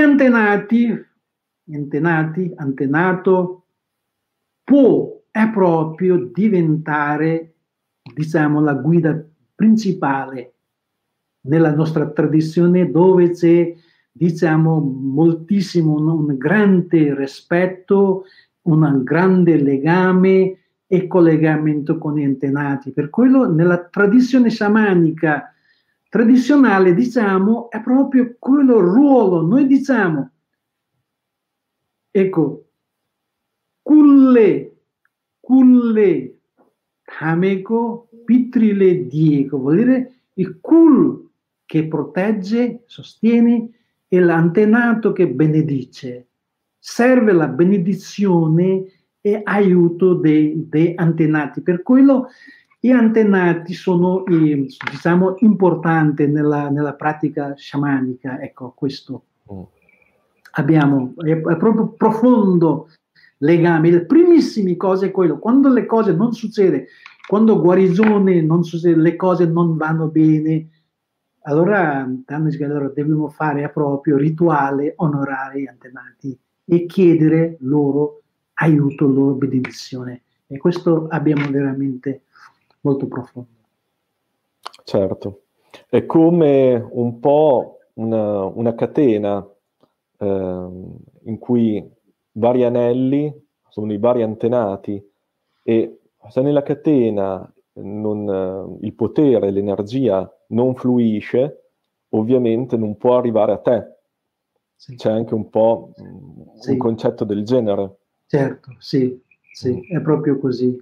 Speaker 3: antenato può proprio diventare, diciamo, la guida principale nella nostra tradizione, dove c'è, diciamo, moltissimo, un grande rispetto, un grande legame e collegamento con gli antenati. Per quello nella tradizione sciamanica tradizionale, diciamo, è proprio quello ruolo. Noi diciamo, ecco, kulle, tameko, pitrile dieko, vuol dire il kul che protegge, sostiene, e l'antenato che benedice. serve la benedizione e aiuto dei antenati. Per quello gli antenati sono, diciamo, importanti nella pratica sciamanica. Ecco, questo abbiamo, è proprio profondo legame. Le primissime cose è quello, quando le cose non succedono, quando guarigione non succede, le cose non vanno bene, allora dobbiamo fare proprio rituale, onorare gli antenati e chiedere loro aiuto, loro benedizione. E questo abbiamo veramente molto profondo.
Speaker 2: Certo, è come un po' una catena in cui vari anelli sono i vari antenati, e se nella catena il potere, l'energia non fluisce, ovviamente non può arrivare a te. Sì. C'è anche un po' un concetto del genere.
Speaker 3: Certo, sì, è proprio così.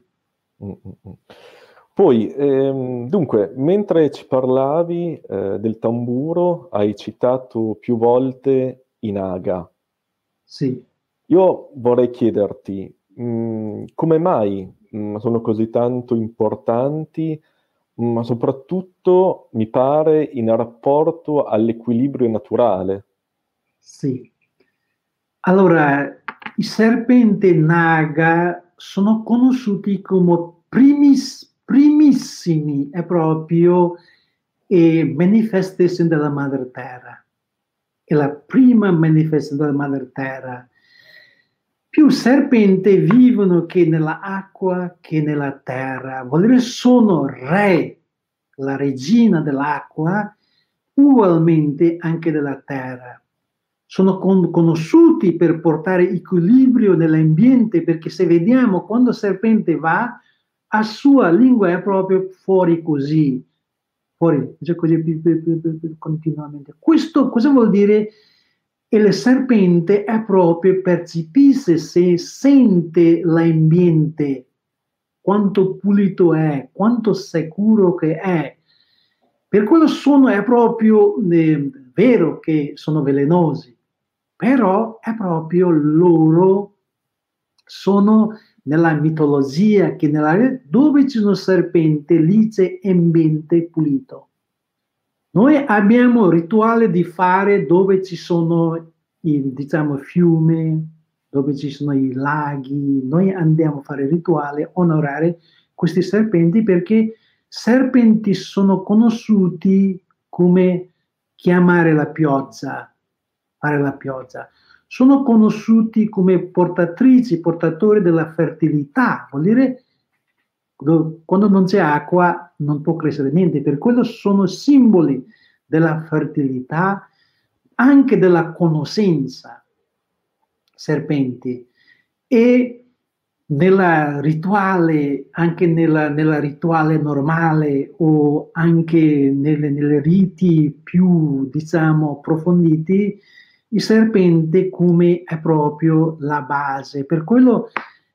Speaker 2: Poi, dunque, mentre ci parlavi del tamburo, hai citato più volte i Naga.
Speaker 3: Sì.
Speaker 2: Io vorrei chiederti, come mai sono così tanto importanti, ma soprattutto, mi pare, in rapporto all'equilibrio naturale?
Speaker 3: Sì. Allora, i serpenti Naga sono conosciuti come primissimi e proprio manifestazione della Madre Terra. È la prima manifestazione della Madre Terra. Più serpenti vivono che nell'acqua che nella terra. Vuol dire sono re, la regina dell'acqua, ugualmente anche della terra. Sono conosciuti per portare equilibrio nell'ambiente, perché se vediamo quando il serpente va, a sua lingua è proprio fuori così, cioè così continuamente. Questo cosa vuol dire? Il serpente è proprio percepisce, se sente l'ambiente, quanto pulito è, quanto sicuro che è. Per quello è proprio vero che sono velenosi, però è proprio loro sono nella mitologia che dove ci sono serpenti lì c'è ambiente pulito. Noi abbiamo rituale di fare dove ci sono diciamo fiumi, dove ci sono i laghi, noi andiamo a fare rituale, onorare questi serpenti, perché serpenti sono conosciuti come chiamare la pioggia, fare la pioggia. Sono conosciuti come portatori della fertilità, vuol dire quando non c'è acqua non può crescere niente, per quello sono simboli della fertilità, anche della conoscenza, serpenti. E nella rituale, anche nella rituale normale o anche nelle riti più, diciamo, approfonditi, il serpente come è proprio la base. Per quello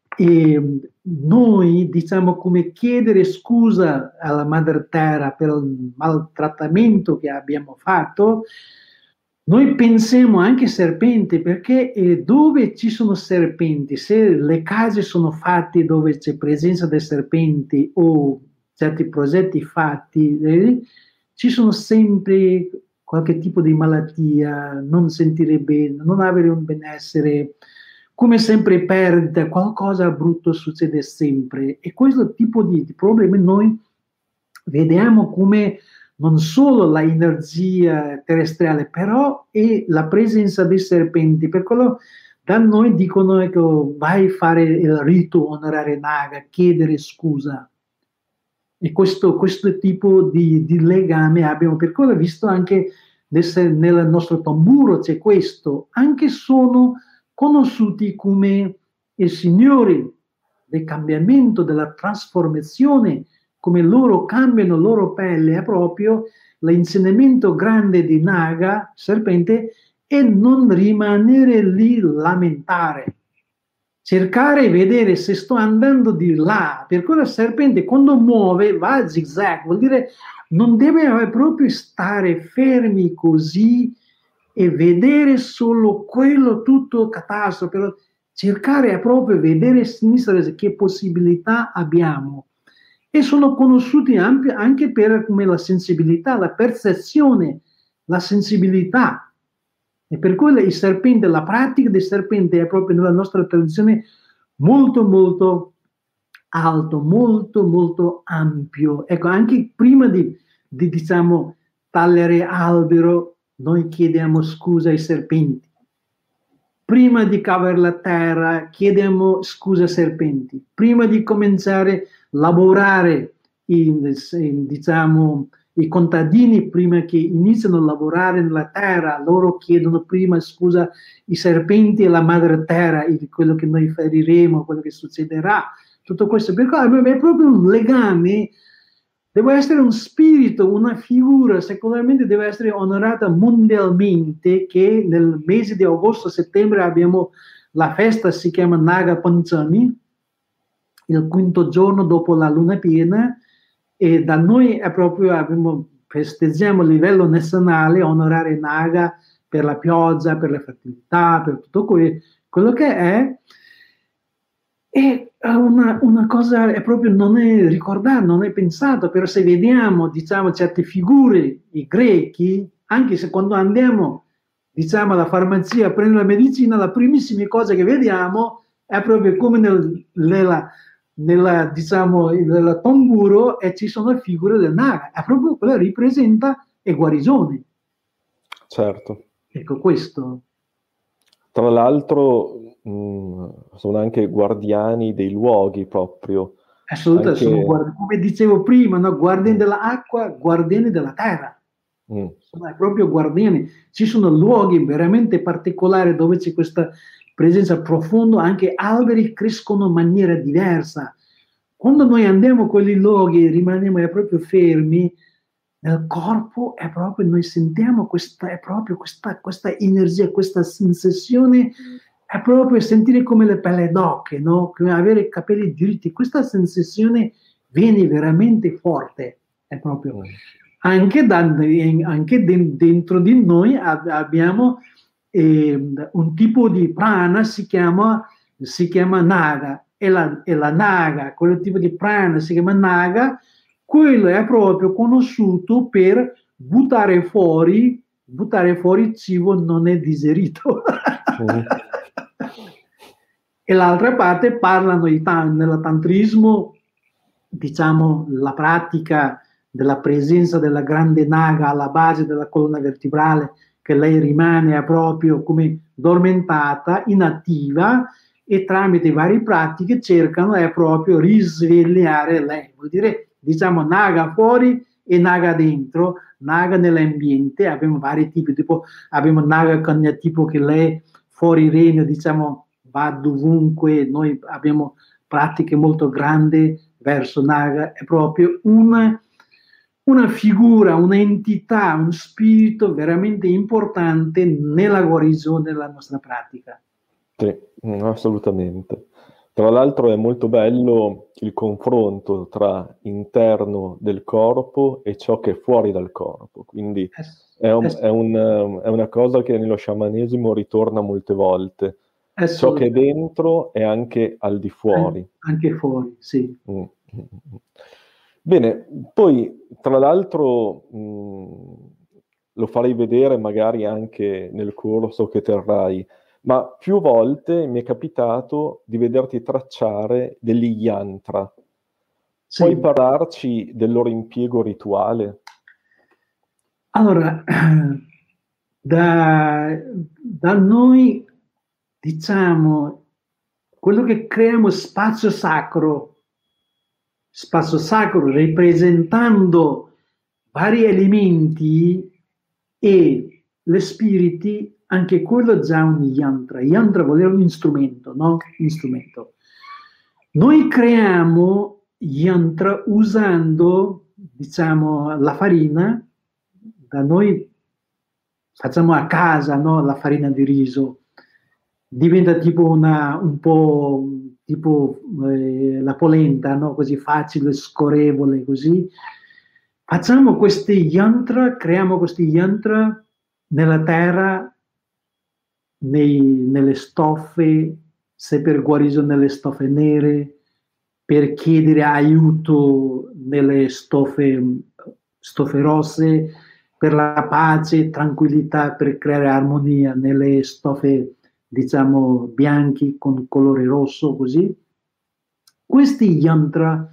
Speaker 3: noi, diciamo, come chiedere scusa alla Madre Terra per il maltrattamento che abbiamo fatto, noi pensiamo anche ai serpenti, perché dove ci sono serpenti, se le case sono fatte dove c'è presenza dei serpenti o certi progetti fatti, ci sono sempre qualche tipo di malattia, non sentire bene, non avere un benessere, come sempre perdita, qualcosa brutto succede sempre. E questo tipo di problemi noi vediamo come non solo l'energia terrestriale, però è la presenza dei serpenti. Per quello da noi dicono che vai a fare il rito, onorare Naga, chiedere scusa. E questo tipo di legame abbiamo. Per quello visto anche nel nostro tamburo c'è questo. Anche sono conosciuti come i signori del cambiamento, della trasformazione, come loro cambiano la loro pelle, è proprio l'insegnamento grande di Naga, serpente, e non rimanere lì lamentare. Cercare di vedere se sto andando di là, per quello il serpente quando muove va a zigzag, vuol dire non deve proprio stare fermi così e vedere solo quello tutto catastrofe, però cercare proprio vedere a sinistra che possibilità abbiamo. E sono conosciuti anche per come la sensibilità, la percezione, la sensibilità. E per quello il serpente, la pratica del serpente è proprio nella nostra tradizione molto molto alto, molto molto ampio. Ecco, anche prima di diciamo tagliare albero, noi chiediamo scusa ai serpenti. Prima di cavare la terra, chiediamo scusa ai serpenti. Prima di cominciare a lavorare, diciamo, i contadini, prima che iniziano a lavorare nella terra, loro chiedono prima scusa ai serpenti e alla madre terra, di quello che noi feriremo, quello che succederà. Tutto questo, perché è proprio un legame. Deve essere un spirito, una figura, secondarmente deve essere onorata mondialmente, che nel mese di agosto-settembre abbiamo la festa, si chiama Naga Panchami, il quinto giorno dopo la luna piena, e da noi è proprio, festeggiamo a livello nazionale, onorare Naga per la pioggia, per la fertilità, per tutto quello che è. E una cosa è proprio non è ricordata, non è pensato, però se vediamo, diciamo, certe figure, i greci, anche se quando andiamo, diciamo, alla farmacia a prendere la medicina, la primissima cosa che vediamo è proprio come diciamo, nella tamburo e ci sono figure del Naga, è proprio quella che rappresenta e guarigione.
Speaker 2: Certo.
Speaker 3: Ecco questo.
Speaker 2: Tra l'altro sono anche guardiani dei luoghi proprio.
Speaker 3: Assolutamente,
Speaker 2: anche...
Speaker 3: come dicevo prima, no? Guardiani dell'acqua, guardiani della terra. Sono proprio guardiani. Ci sono luoghi veramente particolari dove c'è questa presenza profonda, anche alberi crescono in maniera diversa. Quando noi andiamo a quei luoghi, rimaniamo proprio fermi, nel corpo è proprio, noi sentiamo questa energia, questa sensazione, è proprio sentire come le pelle d'oche, no? Come avere i capelli diritti, questa sensazione viene veramente forte, è proprio. Anche dentro di noi abbiamo un tipo di prana, si chiama naga, e la naga, quel tipo di prana si chiama naga, quello è proprio conosciuto per buttare fuori il cibo non è digerito. E l'altra parte parlano nel tantrismo, diciamo, la pratica della presenza della grande naga alla base della colonna vertebrale, che lei rimane proprio come dormentata, inattiva, e tramite varie pratiche cercano proprio risvegliare lei. Vuol dire, diciamo, naga fuori e naga dentro, naga nell'ambiente. Abbiamo vari tipi, tipo abbiamo naga tipo che lei fuori regno, diciamo, va dovunque. Noi abbiamo pratiche molto grandi verso naga, è proprio una figura, un'entità, un spirito veramente importante nella guarigione della nostra pratica.
Speaker 2: Sì, assolutamente. Tra l'altro è molto bello il confronto tra interno del corpo e ciò che è fuori dal corpo, quindi è una cosa che nello sciamanesimo ritorna molte volte. Ciò che è dentro è anche al di fuori.
Speaker 3: Anche fuori, sì.
Speaker 2: Bene, poi tra l'altro lo farei vedere magari anche nel corso che terrai, ma più volte mi è capitato di vederti tracciare degli yantra. Sì. Puoi parlarci del loro impiego rituale?
Speaker 3: Allora, da noi, diciamo, quello che creiamo spazio sacro rappresentando vari elementi e gli spiriti, anche quello è già un yantra. Yantra vuol dire un strumento, no? Strumento. Noi creiamo yantra usando, diciamo, la farina. Da noi facciamo a casa, no? La farina di riso. Diventa tipo un po' tipo la polenta, no? Così facile, scorrevole, così. Facciamo questi yantra, creiamo questi yantra nella terra, nelle stoffe, se per guarigione nelle stoffe nere, per chiedere aiuto nelle stoffe rosse, per la pace, tranquillità, per creare armonia nelle stoffe, diciamo, bianchi con colore rosso, così. Questi yantra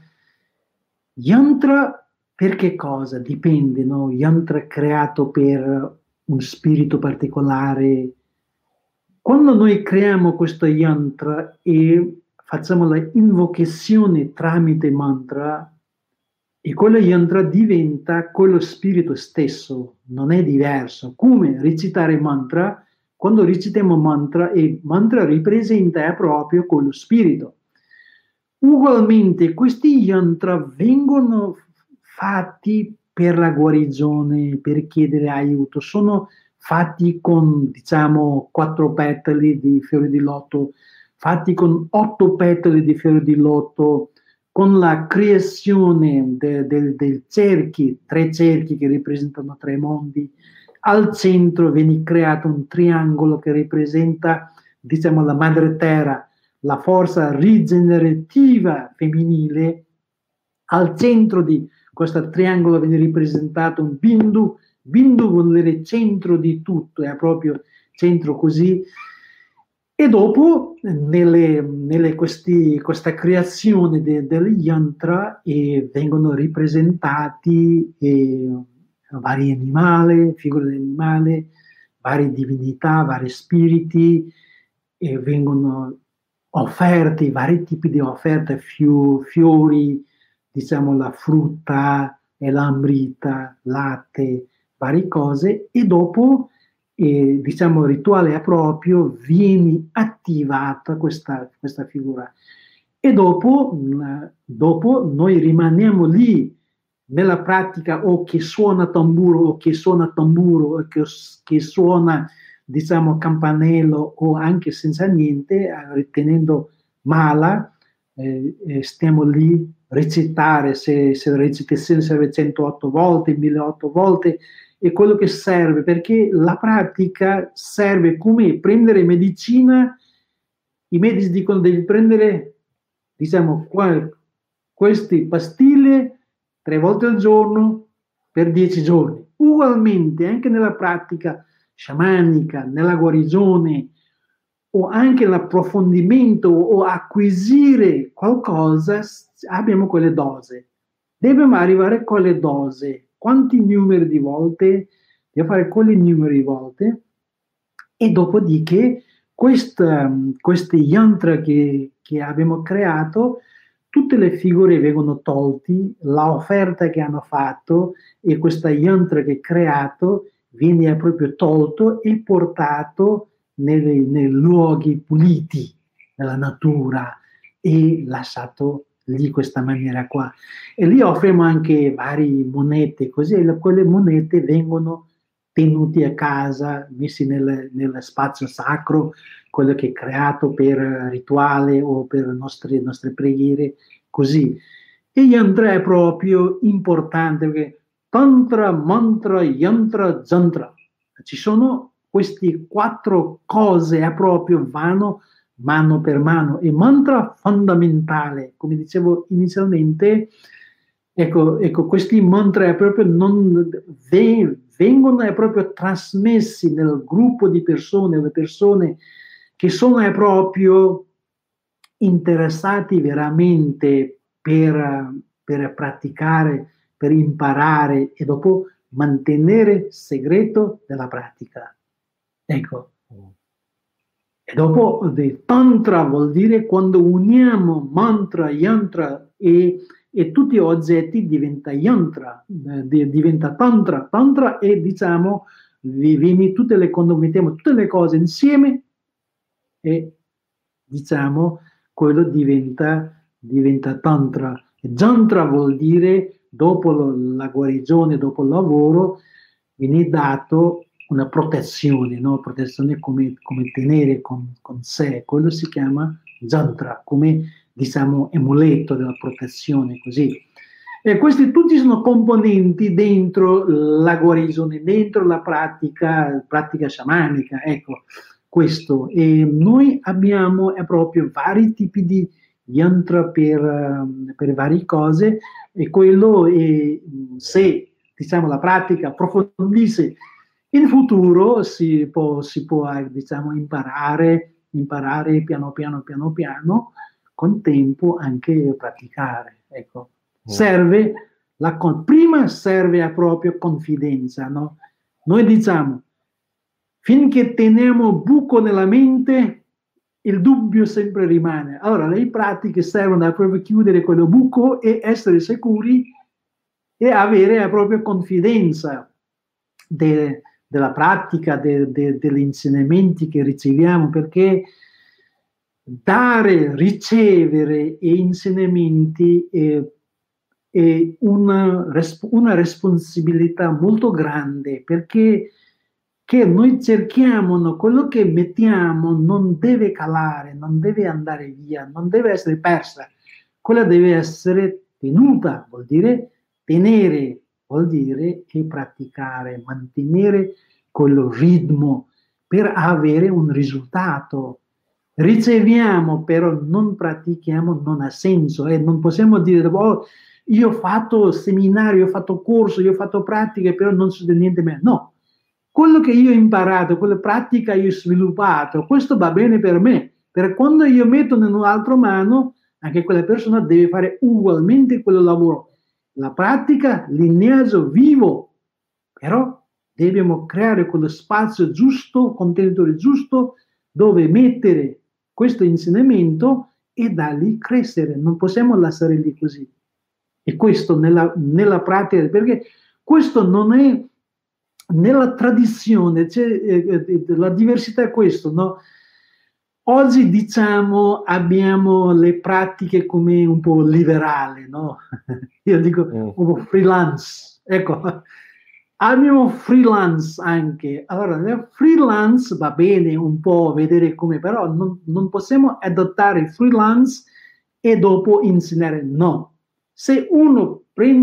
Speaker 3: per che cosa? Dipende, no? Yantra creato per un spirito particolare. Quando noi creiamo questo yantra e facciamo la invocazione tramite mantra, e quello yantra diventa quello spirito stesso, non è diverso. Come recitare mantra? Quando recitiamo mantra, e mantra ripresenta proprio quello spirito. Ugualmente questi yantra vengono fatti per la guarigione, per chiedere aiuto, sono fatti con, diciamo, 4 petali di fiori di loto, fatti con 8 petali di fiori di loto, con la creazione del cerchi, 3 cerchi che rappresentano 3 mondi. Al centro viene creato un triangolo che rappresenta, diciamo, la madre terra, la forza rigenerativa femminile. Al centro di questo triangolo viene rappresentato un bindu. Bindu vuol dire centro di tutto, è proprio centro così. E dopo, questa creazione degli yantra vengono rappresentati vari animali, figure di animale, varie divinità, vari spiriti, e vengono offerti vari tipi di offerte, fiori, diciamo la frutta e l'amrita, latte, varie cose, e dopo, diciamo, il rituale è proprio, viene attivata questa figura. E dopo noi rimaniamo lì nella pratica, o che suona tamburo, o che suona tamburo, o che suona, diciamo, campanello, o anche senza niente, ritenendo mala, stiamo lì recitare, se la recitazione serve 108 volte, 1008 volte, è quello che serve, perché la pratica serve come prendere medicina. I medici dicono devi prendere, diciamo, queste pastiglie 3 volte al giorno per 10 giorni. Ugualmente anche nella pratica sciamanica, nella guarigione, o anche l'approfondimento o acquisire qualcosa, abbiamo quelle dose. Dobbiamo arrivare a quelle dose. Quanti numeri di volte? Devo fare quei numeri di volte. E dopodiché questi yantra che abbiamo creato, tutte le figure vengono tolte, l'offerta che hanno fatto e questa yantra che è creato viene proprio tolto e portato nei luoghi puliti della natura e lasciato lì questa maniera qua. E lì offriamo anche varie monete, così quelle monete vengono tenuti a casa, messi nel spazio sacro, quello che è creato per rituale o per nostre preghiere, così. E yantra è proprio importante, perché tantra, mantra, yantra, jantra. Ci sono queste 4 cose, proprio vanno mano per mano. E mantra fondamentale, come dicevo inizialmente, ecco questi mantra proprio vengono proprio trasmessi nel gruppo di persone, le persone che sono proprio interessati veramente per praticare, per imparare e dopo mantenere segreto della pratica. Ecco. E dopo tantra vuol dire quando uniamo mantra, yantra e tutti gli oggetti diventa yantra, diventa tantra. Tantra è, diciamo, quando mettiamo tutte le cose insieme e, diciamo, quello diventa tantra. E jantra vuol dire dopo la guarigione, dopo il lavoro, viene dato una protezione, no? Protezione come tenere con sé, quello si chiama jantra, come, diciamo, amuleto della protezione, così. E questi tutti sono componenti dentro la guarigione, dentro la pratica sciamanica, ecco, questo. E noi abbiamo proprio vari tipi di yantra per varie cose, e quello se diciamo la pratica approfondisse in futuro si può diciamo, imparare piano piano, con tempo anche praticare. Ecco. Prima serve a proprio confidenza, no? Noi diciamo, finché teniamo buco nella mente, il dubbio sempre rimane. Allora, le pratiche servono a proprio chiudere quello buco e essere sicuri e avere proprio confidenza della pratica, degli insegnamenti che riceviamo, perché dare, ricevere insegnamenti è una responsabilità molto grande, perché che noi cerchiamo, no, quello che mettiamo non deve calare, non deve andare via, non deve essere persa, quella deve essere tenuta, vuol dire tenere, vuol dire e praticare, mantenere quel ritmo per avere un risultato. Riceviamo, però non pratichiamo, non ha senso. Non possiamo dire, oh, io ho fatto seminario, ho fatto corso, io ho fatto pratiche, però non succede niente meno. No, quello che io ho imparato, quella pratica io ho sviluppato, questo va bene per me. Per quando io metto in un'altra mano, anche quella persona deve fare ugualmente quel lavoro. La pratica, lineaggio vivo, però dobbiamo creare quello spazio giusto, contenitore giusto, dove mettere questo insegnamento e da lì crescere. Non possiamo lasciare lì così. E questo nella pratica, perché questo non è nella tradizione, la diversità è questo, no? Oggi diciamo abbiamo le pratiche come un po' liberale, no? Io dico un po' freelance, ecco, abbiamo freelance anche. Allora, nel freelance va bene un po' vedere come, però non possiamo adottare il freelance e dopo insegnare, no. Se uno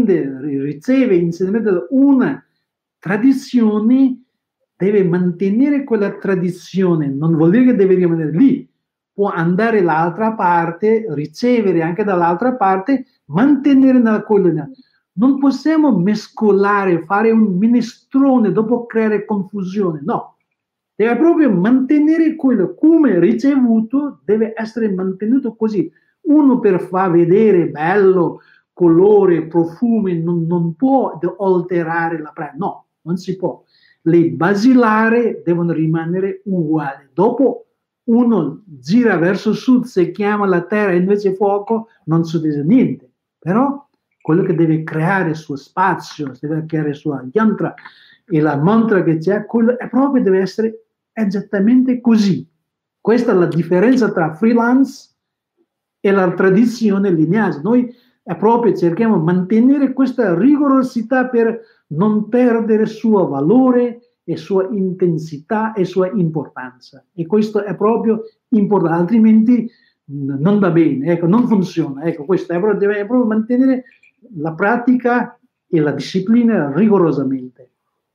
Speaker 3: riceve insegnamento da una tradizione, deve mantenere quella tradizione, non vuol dire che deve rimanere lì, può andare dall'altra parte, ricevere anche dall'altra parte, mantenere quella. Non possiamo mescolare, fare un minestrone dopo creare confusione, no. Deve proprio mantenere quello come ricevuto, deve essere mantenuto così. Uno per far vedere bello, colore, profumi, non può alterare la pratica, no, non si può. Le basilari devono rimanere uguali. Dopo uno gira verso sud, se chiama la terra invece fuoco, non succede niente. Però quello che deve creare il suo spazio, deve creare il suo yantra e la mantra che c'è, quello è proprio deve essere esattamente così. Questa è la differenza tra freelance e la tradizione lineare. Noi proprio cerchiamo di mantenere questa rigorosità per non perdere il suo valore e sua intensità e sua importanza. E questo è proprio importante, altrimenti non va bene, ecco, non funziona. Ecco, questo deve proprio mantenere la pratica e la disciplina rigorosamente.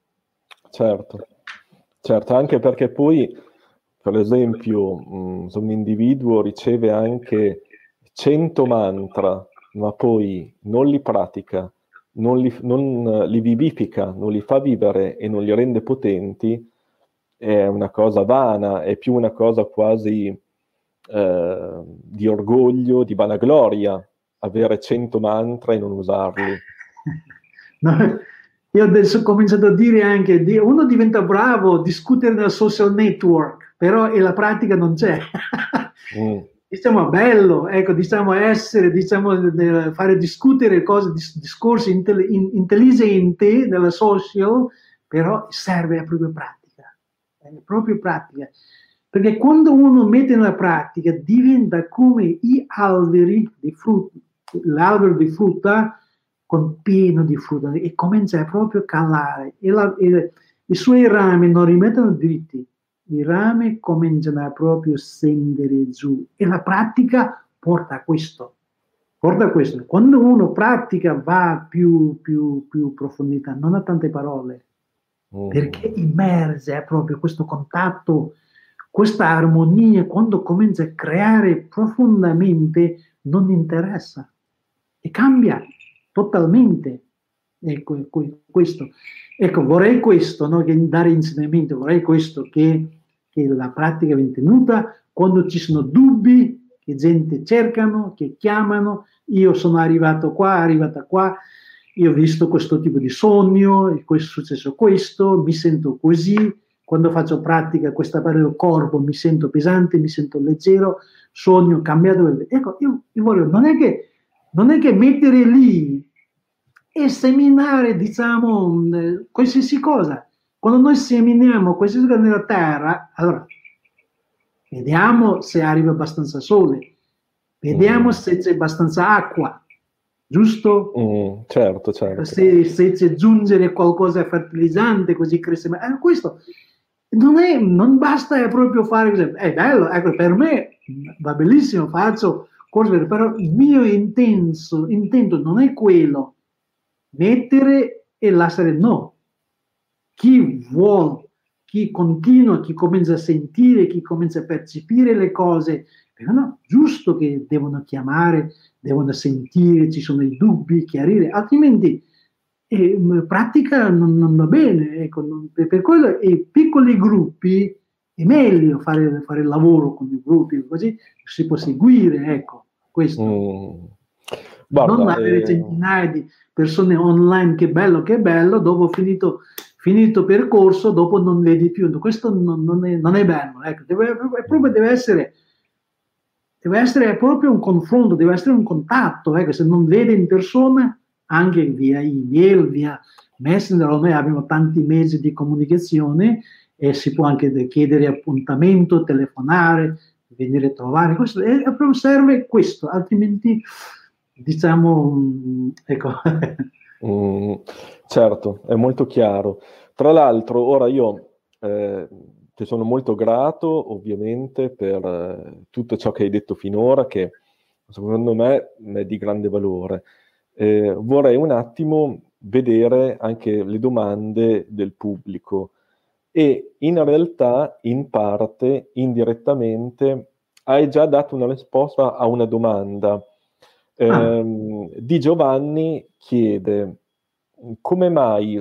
Speaker 2: Certo, certo, anche perché poi, per esempio, se un individuo riceve anche 100 mantra, ma poi non li pratica, non li vivifica, non li fa vivere e non li rende potenti, è una cosa vana, è più una cosa quasi di orgoglio, di vanagloria, avere 100 mantra e non usarli.
Speaker 3: No, io adesso ho cominciato a dire anche, uno diventa bravo a discutere nel social network, però in la pratica non c'è. Diciamo bello, ecco, diciamo essere, diciamo fare discutere cose, discorsi intelligenti nella social, però serve a proprio pratica, è proprio pratica. Perché quando uno mette nella pratica diventa come i alberi di frutta, l'albero di frutta con pieno di frutta e comincia proprio a calare e i suoi rami non rimettono dritti, i rami cominciano a proprio scendere giù e la pratica porta a questo. Guarda questo, quando uno pratica va più profondità, non ha tante parole, perché immerge, è proprio questo contatto, questa armonia, quando comincia a creare profondamente, non interessa e cambia totalmente. Ecco, questo. Ecco, vorrei questo, no, che dare insegnamento, vorrei questo, che la pratica viene tenuta quando ci sono dubbi, che gente cercano, che chiamano, io sono arrivato qua, arrivata qua, io ho visto questo tipo di sogno, è successo questo, mi sento così, quando faccio pratica questa parte del corpo mi sento pesante, mi sento leggero, sogno cambiato. Ecco, io voglio, non è che mettere lì e seminare, diciamo, qualsiasi cosa. Quando noi seminiamo qualsiasi cosa nella terra, allora vediamo se arriva abbastanza sole, vediamo se c'è abbastanza acqua, giusto?
Speaker 2: Certo.
Speaker 3: Se c'è aggiungere qualcosa fertilizzante, così cresce. Questo non basta proprio fare così. È bello, ecco, per me va bellissimo, faccio cose, però il mio intento non è quello, mettere e lasciare, no. Chi vuole, chi continua, chi comincia a sentire, chi comincia a percepire le cose, però no, giusto che devono chiamare, devono sentire, ci sono i dubbi, chiarire, altrimenti pratica non va bene. Ecco, per quello i piccoli gruppi è meglio fare il lavoro con i gruppi, così si può seguire, ecco, questo.
Speaker 2: Guarda,
Speaker 3: non avere centinaia di persone online, che bello, dopo finito percorso, dopo non vedi più. Questo non è bello, ecco, deve essere proprio un confronto, deve essere un contatto, ecco, se non vede in persona, anche via email, via Messenger, noi abbiamo tanti mezzi di comunicazione e si può anche chiedere appuntamento, telefonare, venire a trovare, questo proprio serve questo, altrimenti diciamo, ecco.
Speaker 2: Certo, è molto chiaro. Tra l'altro, ora io ti sono molto grato, ovviamente, per tutto ciò che hai detto finora, che secondo me è di grande valore. Vorrei un attimo vedere anche le domande del pubblico e in realtà, in parte, indirettamente, hai già dato una risposta a una domanda. Di Giovanni chiede: come mai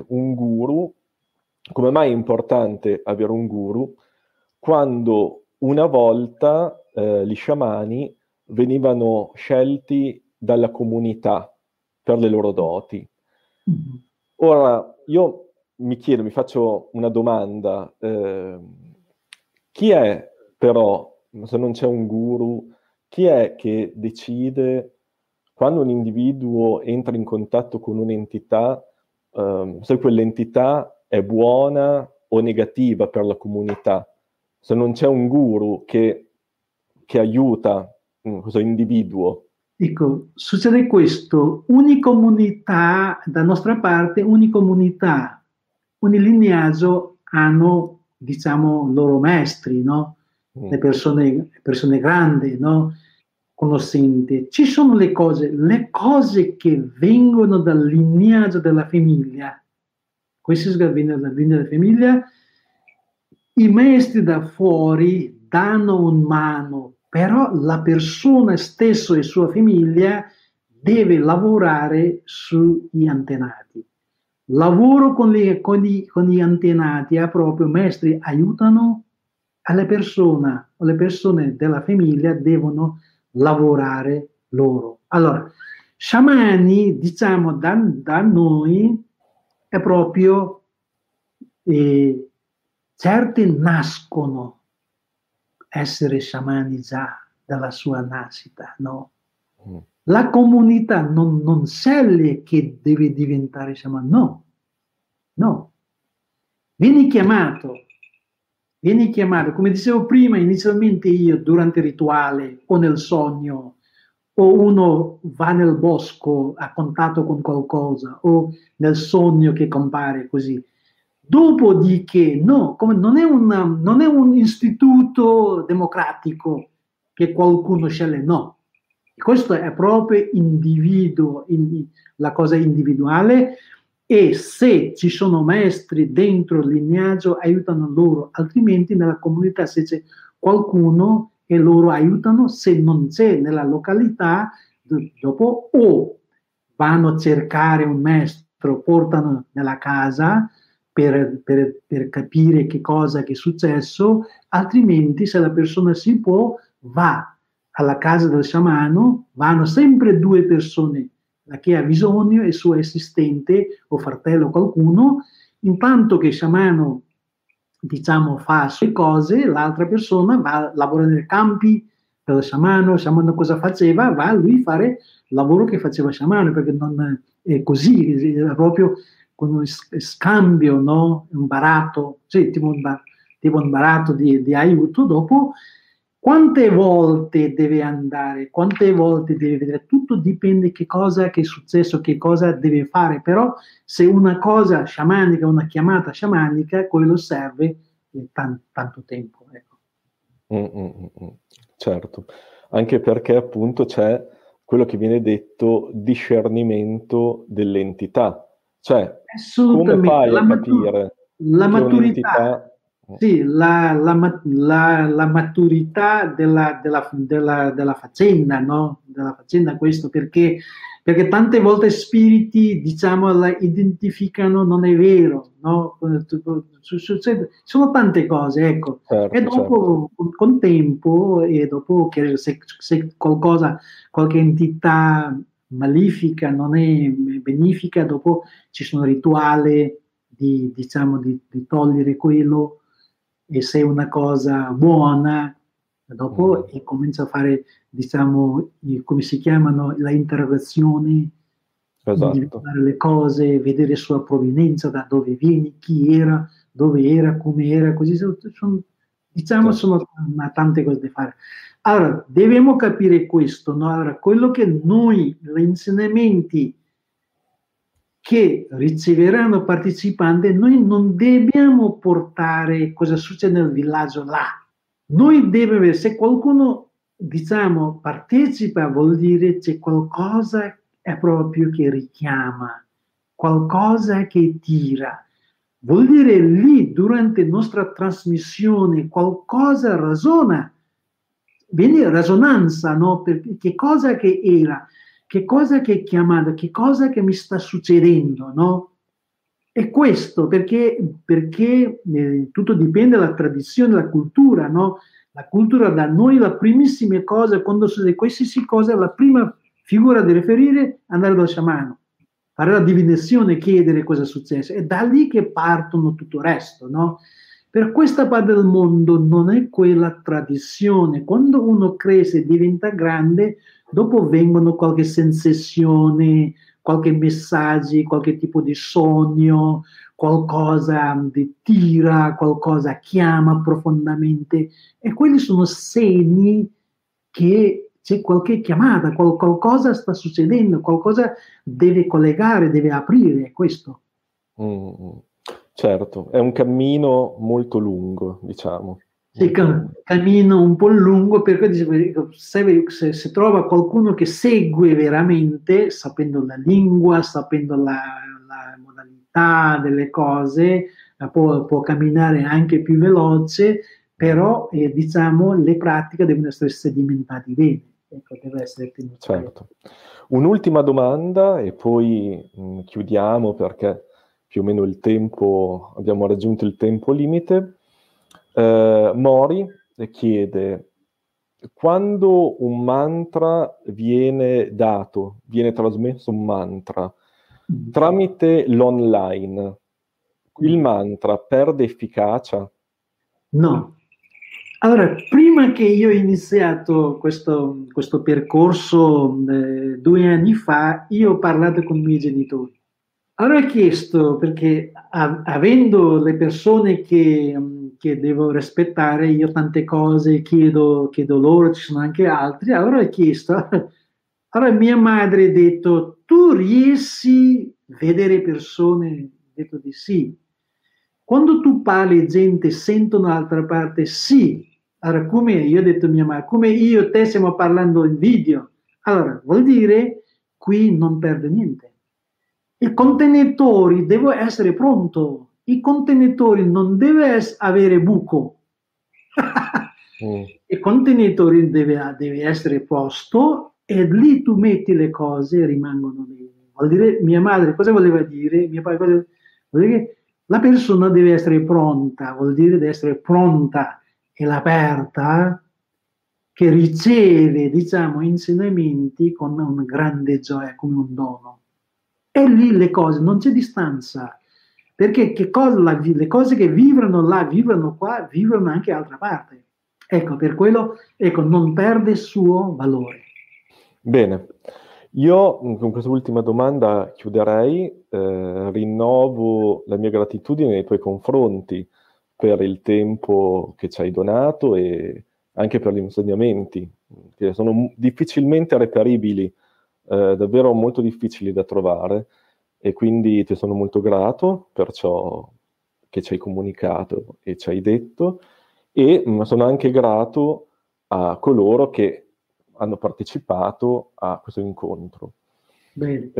Speaker 2: è importante avere un guru quando una volta gli sciamani venivano scelti dalla comunità per le loro doti? Ora, io mi faccio una domanda, chi è però, se non c'è un guru, chi è che decide quando un individuo entra in contatto con un'entità, se quell'entità è buona o negativa per la comunità? Se non c'è un guru che aiuta questo individuo.
Speaker 3: Ecco, succede questo, ogni comunità, da nostra parte, ogni comunità, ogni lignaggio hanno, diciamo, loro maestri, no? Le persone grandi, no? Conoscenti. Ci sono le cose che vengono dal lignaggio della famiglia, queste che vengono dal lignaggio della famiglia, i maestri da fuori danno un mano, però la persona stessa e sua famiglia deve lavorare sugli antenati. Lavoro con gli antenati, proprio maestri aiutano alle persone, o le persone della famiglia devono lavorare loro. Allora, sciamani, diciamo, da noi è proprio certi nascono essere sciamani già dalla sua nascita, no? La comunità non sceglie che deve diventare sciamano, no. Vieni chiamato, come dicevo prima, inizialmente io durante il rituale o nel sogno, o uno va nel bosco a contatto con qualcosa, o nel sogno che compare così. Dopodiché, no, non è un istituto democratico che qualcuno sceglie, no. Questo è proprio la cosa individuale, e se ci sono maestri dentro il lignaggio aiutano loro, altrimenti nella comunità se c'è qualcuno e loro aiutano, se non c'è nella località, dopo o vanno a cercare un maestro, portano nella casa per capire che cosa che è successo, altrimenti se la persona si può va alla casa del sciamano, vanno sempre 2 persone, la che ha bisogno e il suo assistente o fratello o qualcuno, intanto che il sciamano diciamo fa le sue cose, l'altra persona va a lavorare nei campi dello sciamano. Il sciamano cosa faceva? Va a lui fare il lavoro che faceva il sciamano, perché non è così, è proprio con un scambio, no? Un baratto, cioè, tipo un baratto di aiuto. Dopo quante volte deve andare, quante volte deve vedere, tutto dipende che cosa che è successo, che cosa deve fare, però se una cosa sciamanica, una chiamata sciamanica, quello serve tanto tempo. Ecco.
Speaker 2: Certo, anche perché appunto c'è quello che viene detto discernimento dell'entità, cioè come fai a capire
Speaker 3: la
Speaker 2: che
Speaker 3: maturità,
Speaker 2: un'entità...
Speaker 3: sì, la maturità della faccenda, no? Della faccenda, questo perché tante volte spiriti, diciamo, la identificano, non è vero, no? Sono tante cose, ecco.
Speaker 2: Certo,
Speaker 3: E dopo, con tempo, e dopo che se qualcosa, qualche entità malefica non è benefica, dopo ci sono rituali diciamo, di togliere quello, e se è una cosa buona, dopo e comincia a fare, diciamo, come si chiamano, la interrogazione, individuare le cose, vedere sua provenienza, da dove vieni, chi era, dove era, come era, così diciamo, sono tante cose da fare. Allora, dobbiamo capire questo, no? Allora, quello che noi, gli insegnamenti che riceveranno partecipanti, noi non dobbiamo portare cosa succede nel villaggio là. Noi dobbiamo avere, se qualcuno, diciamo, partecipa, vuol dire c'è qualcosa è proprio che richiama, qualcosa che tira. Vuol dire lì, durante la nostra trasmissione, qualcosa rasuona, viene risonanza, no? Perché che cosa che era? Che cosa che è chiamato, che cosa che mi sta succedendo, no? E questo perché tutto dipende dalla tradizione, dalla cultura, no? La cultura da noi, la primissima cosa, quando succede qualsiasi cosa, la prima figura di riferire è andare dal sciamano, fare la divinazione, chiedere cosa è successo, è da lì che partono tutto il resto, no? Per questa parte del mondo non è quella tradizione. Quando uno cresce e diventa grande, dopo vengono qualche sensazione, qualche messaggio, qualche tipo di sogno, qualcosa di tira, qualcosa chiama profondamente, e quelli sono segni che c'è qualche chiamata, qualcosa sta succedendo, qualcosa deve collegare, deve aprire, questo.
Speaker 2: Certo, è un cammino molto lungo, diciamo.
Speaker 3: Sì, cammino un po' lungo, perché se trova qualcuno che segue veramente, sapendo la lingua, sapendo la modalità delle cose, può camminare anche più veloce, però diciamo le pratiche devono essere sedimentate bene. Ecco, deve essere tenuto.
Speaker 2: Certo. Un'ultima domanda e poi chiudiamo, perché più o meno abbiamo raggiunto il tempo limite. Mori chiede: quando un mantra viene dato, viene trasmesso un mantra tramite l'online, il mantra perde efficacia?
Speaker 3: No. Allora, prima che io ho iniziato questo percorso 2 anni fa, io ho parlato con i miei genitori. Allora ho chiesto, perché avendo le persone che devo rispettare, io tante cose chiedo loro, ci sono anche altri, allora ho chiesto, allora mia madre ha detto: tu riesci a vedere persone? Ho detto di sì. Quando tu parli, gente sentono dall'altra parte? Sì. Allora, come io ho detto a mia madre, come io e te stiamo parlando in video, Allora, vuol dire qui non perde niente. I contenitori deve essere pronto. I contenitori non deve avere buco. Il contenitore deve essere posto e lì tu metti le cose e rimangono lì. Vuol dire, mia madre cosa voleva dire? Mio padre vuol dire che la persona deve essere pronta, vuol dire deve essere pronta e l'aperta che riceve, diciamo, insegnamenti con una grande gioia, come un dono. E lì le cose, non c'è distanza, perché le cose che vivono là, vivono qua, vivono anche altra parte. Ecco, per quello, ecco, non perde il suo valore.
Speaker 2: Bene, io con questa ultima domanda chiuderei, rinnovo la mia gratitudine nei tuoi confronti per il tempo che ci hai donato e anche per gli insegnamenti, che sono difficilmente reperibili, davvero molto difficili da trovare, e quindi ti sono molto grato per ciò che ci hai comunicato e ci hai detto, e sono anche grato a coloro che hanno partecipato a questo incontro.
Speaker 3: Bene.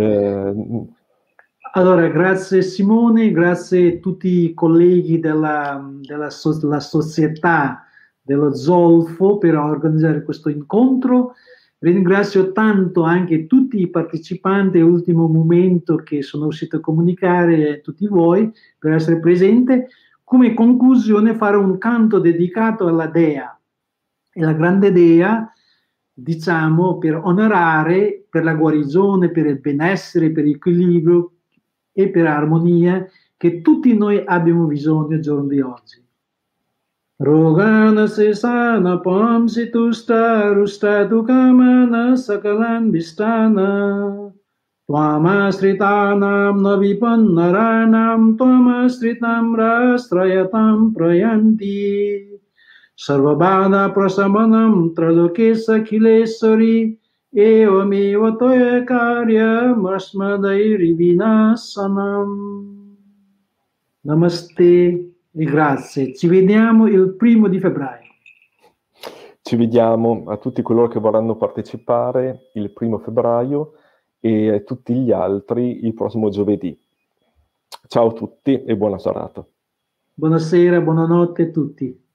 Speaker 3: Allora, grazie Simone, grazie a tutti i colleghi della società dello Zolfo per organizzare questo incontro. Ringrazio tanto anche tutti i partecipanti all'ultimo momento che sono riuscito a comunicare, a tutti voi per essere presente. Come conclusione fare un canto dedicato alla Dea, e la grande Dea, diciamo, per onorare, per la guarigione, per il benessere, per l'equilibrio e per l'armonia che tutti noi abbiamo bisogno al giorno di oggi. Rogana sesana pamsi tusta rusta dukamana sakalan bistana Tvamasritanam navipannaranam Tvamasritam rastrayatam prayanti Sarvabhada prasamanam tradokesa kilesari Evameva toya karya masmadairi vinasanam. Namaste e grazie. Ci vediamo il 1° febbraio.
Speaker 2: Ci vediamo a tutti coloro che vorranno partecipare il 1° febbraio e a tutti gli altri il prossimo giovedì. Ciao a tutti e buona serata.
Speaker 3: Buonasera, buonanotte a tutti.